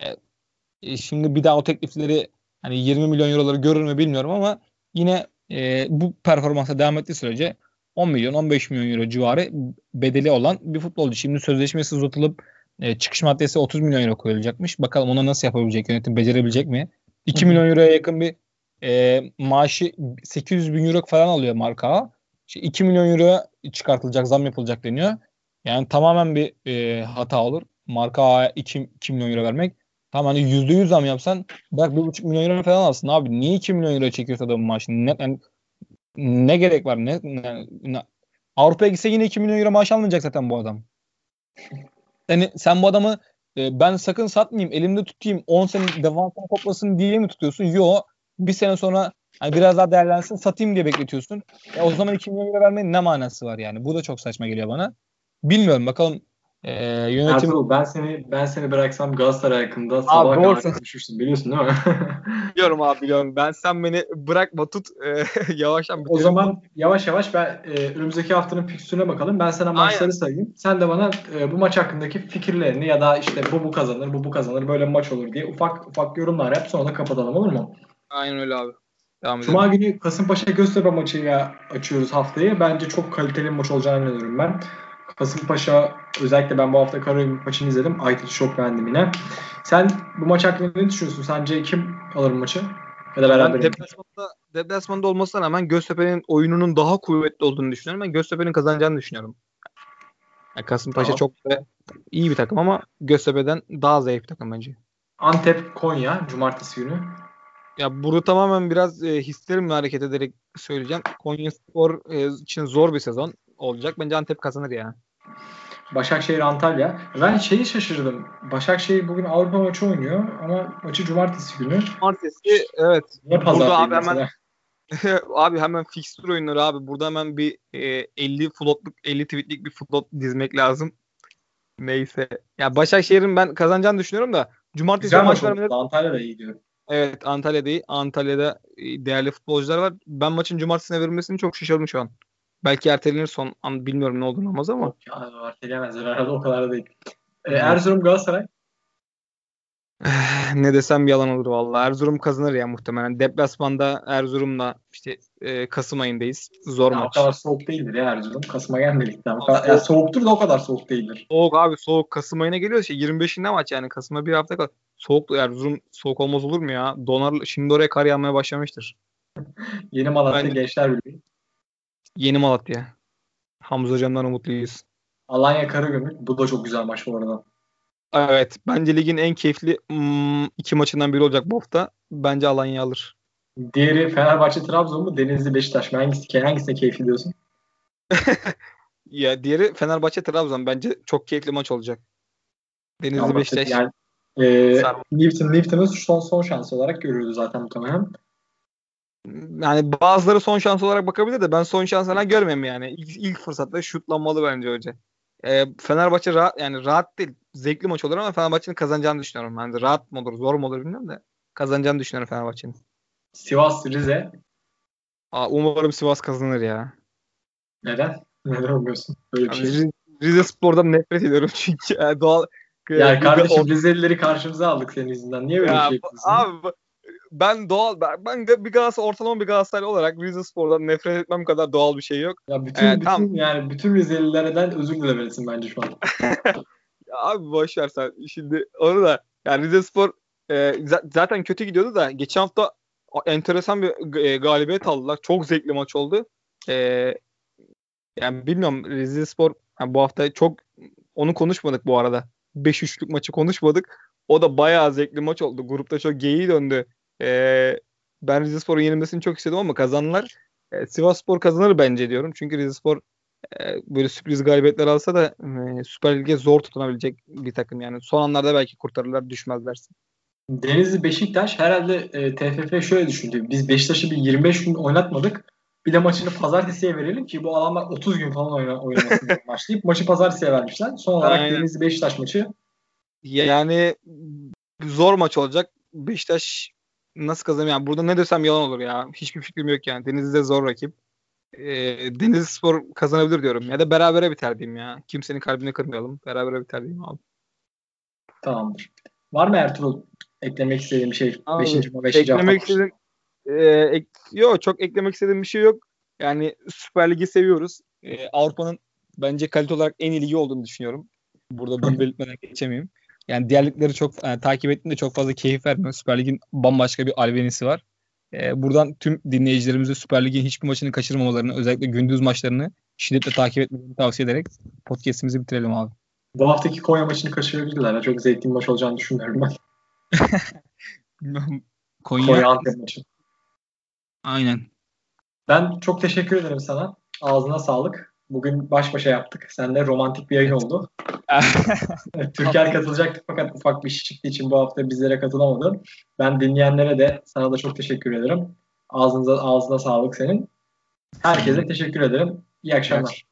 Şimdi bir daha o teklifleri hani 20 milyon euroları görür mü bilmiyorum ama yine bu performansa devam ettiği sürece 10 milyon 15 milyon euro civarı bedeli olan bir futbolcu. Şimdi sözleşmesi uzatılıp çıkış maddesi 30 milyon euro koyulacakmış. Bakalım ona nasıl yapabilecek, yönetim becerebilecek mi? 2 milyon euroya yakın bir maaşı 800 bin euro falan alıyor Marka. İşte 2 milyon euro çıkartılacak, zam yapılacak deniyor. Yani tamamen bir hata olur. Marka 2 milyon euro vermek. Tamam hani %100 zam yapsan belki 1,5 milyon euro falan alsın abi. Niye 2 milyon euro çekiyorsa adamın maaşını? Ne gerek var? Avrupa'ya gitse yine 2 milyon euro maaş almayacak zaten bu adam. Yani sen bu adamı ben sakın satmayayım, elimde tutayım, 10 sene defanstan toplasın diye mi tutuyorsun? Yok. Bir sene sonra hani biraz daha değerlensin, satayım diye bekletiyorsun. O zaman 2 milyon euro vermenin ne manası var yani? Bu da çok saçma geliyor bana. Bilmiyorum bakalım yönetim... Ertuğrul, ben seni bıraksam Galatasaray hakkında sabaha kadar konuşursun, biliyorsun değil mi? Biliyorum abi biliyorum. Sen beni bırakma tut yavaştan O bitirelim. zaman yavaş yavaş önümüzdeki haftanın fikstürüne bakalım. Ben sana maçları sayayım. Sen de bana bu maç hakkındaki fikirlerini ya da işte bu kazanır, bu kazanır, böyle maç olur diye ufak ufak yorumlar yap. Sonra da kapatalım, olur mu? Aynen öyle abi. Devam Cuma edelim. günü Kasımpaşa Göztepe maçıyla açıyoruz haftayı. Bence çok kaliteli bir maç olacağını inanıyorum ben. Kasımpaşa, özellikle ben bu hafta Karagümrük maçını izledim. Aytaç'ı çok beğendim yine. Sen bu maç hakkında ne düşünüyorsun? Sence kim alır maçı? Ya da Ya ben beraber mi? deplasmanda olmasına rağmen Göztepe'nin oyununun daha kuvvetli olduğunu düşünüyorum. Ben Göztepe'nin kazanacağını düşünüyorum. Ya Kasımpaşa Tamam. çok da iyi bir takım ama Göztepe'den daha zayıf bir takım bence. Antep Konya Cumartesi günü. Ya burada tamamen biraz hislerimle hareket ederek söyleyeceğim. Konyaspor için zor bir sezon olacak. Bence Antep kazanır ya. Başakşehir Antalya. Ben şeyi şaşırdım. Başakşehir bugün Avrupa maçı oynuyor ama maçı Cumartesi günü. Cumartesi evet. Niye pazar Burada değil abi hemen mesela? abi hemen fikstür oyunları abi. Burada hemen bir 50 flotluk 50 tweetlik bir flot dizmek lazım. Neyse. Ya Başakşehir'in ben kazanacağını düşünüyorum da cumartesi Güzel maç maç vermeleri. oldu. Antalya da iyi diyor. Evet Antalya'da iyi. Antalya'da değerli futbolcular var. Ben maçın cumartesine verilmesini çok şaşırdım şu an. Belki ertelenir son an bilmiyorum ne olduğunu olmaz ama. Yok ya, erteleyemezler herhalde, o kadar da değil. Yok. Erzurum Galatasaray. Ne desem yalan olur vallahi. Erzurum kazanır ya muhtemelen. Deplasmanda Erzurum'la işte Kasım ayındayız. Zor Ya o maç. kadar soğuk değildir ya Erzurum. Kasım'a gelmedik daha. Ya Soğuk, soğuktur da o kadar soğuk değildir. soğuk abi soğuk. Kasım ayına geliyor şey 25'inde maç yani. Kasım'a bir hafta kal. Soğuk Erzurum soğuk olmaz olur mu ya? Donar şimdi oraya kar yağmaya başlamıştır. Yeni Malatya Bence Gençler Birliği. yeni Malatya. Hamza hocamdan umutluyuz. Alanya Karagümrük. Bu da çok güzel maç bu arada. Evet. Bence ligin en keyifli iki maçından biri olacak bu hafta. Bence Alanya alır. Diğeri Fenerbahçe Trabzon mu? Denizli Beşiktaş mı? Hangisine keyifli diyorsun? Ya diğeri Fenerbahçe Trabzon. Bence çok keyifli maç olacak. Denizli Ama Beşiktaş yani sarma. Newton'u son şansı olarak görüyordu zaten muhtemelen. Yani bazıları son şans olarak bakabilir de ben son şans falan görmem yani. İlk fırsatta şutlanmalı bence hoca. Fenerbahçe rahat yani rahat değil. Zevkli maç olur ama Fenerbahçe'nin kazanacağını düşünüyorum. Yani rahat mı olur, zor mu olur bilmiyorum da kazanacağını düşünüyorum Fenerbahçe'nin. Sivas Rize. Umarım Sivas kazanır ya. Neden? Neden olmuyorsun? Böyle bir Abi şey. Rize Spor'dan nefret ediyorum çünkü doğal Yani bir kardeşim, Rizelileri karşımıza aldık senin yüzünden. Niye böyle bir ya şey yapıyorsun? abi ben bir Galatasaray ortalama bir Galatasaray olarak Rize Spor'dan nefret etmem kadar doğal bir şey yok. Ya bütün Tamam. bütün yani bütün Rizelilerden özür dilemelisin bence şu an. Ya abi boş ver sen. Şimdi onu da yani Rizespor zaten kötü gidiyordu da geçen hafta enteresan bir galibiyet aldılar. Çok zevkli maç oldu. E, Yani bilmiyorum Rizespor yani bu hafta çok onu konuşmadık bu arada. 5-3'lük maçı konuşmadık. O da bayağı zevkli maç oldu. Grupta çok geyiği döndü. Ben Rizespor'un yenilmesini çok istedim ama kazandılar. Sivasspor kazanır bence diyorum. Çünkü Rizespor böyle sürpriz galibiyetler alsa da Süper Lig'e zor tutunabilecek bir takım yani. Son anlarda belki kurtarırlar, düşmezlerse. Denizli Beşiktaş herhalde TFF şöyle düşündü. Biz Beşiktaş'ı bir 25 gün oynatmadık. Bir de maçını pazartesiye verelim ki bu adamlar 30 gün falan oynamasın diye başlayıp maçı pazartesiye vermişler. Son olarak Aynen. Denizli Beşiktaş maçı. Yani zor maç olacak. Beşiktaş nasıl kazanır? Yani burada ne desem yalan olur ya. Hiçbir fikrim yok yani. Denizli'de zor rakip. Denizlispor kazanabilir diyorum. Ya da berabere biter diyeyim ya. Kimsenin kalbini kırmayalım. Berabere biter diyeyim abi. Tamamdır. Var mı Ertuğrul eklemek istediğim bir şey? Abi, 5. hafta eklemek istediğim yok, çok eklemek istediğim bir şey yok. Yani Süper Lig'i seviyoruz. Avrupa'nın bence kalite olarak en iyi ligi olduğunu düşünüyorum. Burada bunu belirtmeden geçemeyeyim. Yani diğer ligleri çok takip ettiğimde çok fazla keyif vermiyor. Süper Lig'in bambaşka bir albenisi var. Buradan tüm dinleyicilerimize Süper Lig'in hiçbir maçını kaçırmamalarını, özellikle gündüz maçlarını şiddetle takip etmelerini tavsiye ederek podcast'imizi bitirelim abi. Bu haftaki Konya maçını kaçırabilirler. Çok zevkli bir maç olacağını düşünmüyorum ben. Konya Antep maçı. Aynen. Ben çok teşekkür ederim sana. Ağzına sağlık. Bugün baş başa yaptık. Seninle romantik bir yayın oldu. Türker katılacaktı fakat ufak bir iş çıktığı için bu hafta bizlere katılamadı. Ben dinleyenlere de sana da çok teşekkür ederim. Ağzına sağlık senin. Herkese teşekkür ederim. İyi akşamlar.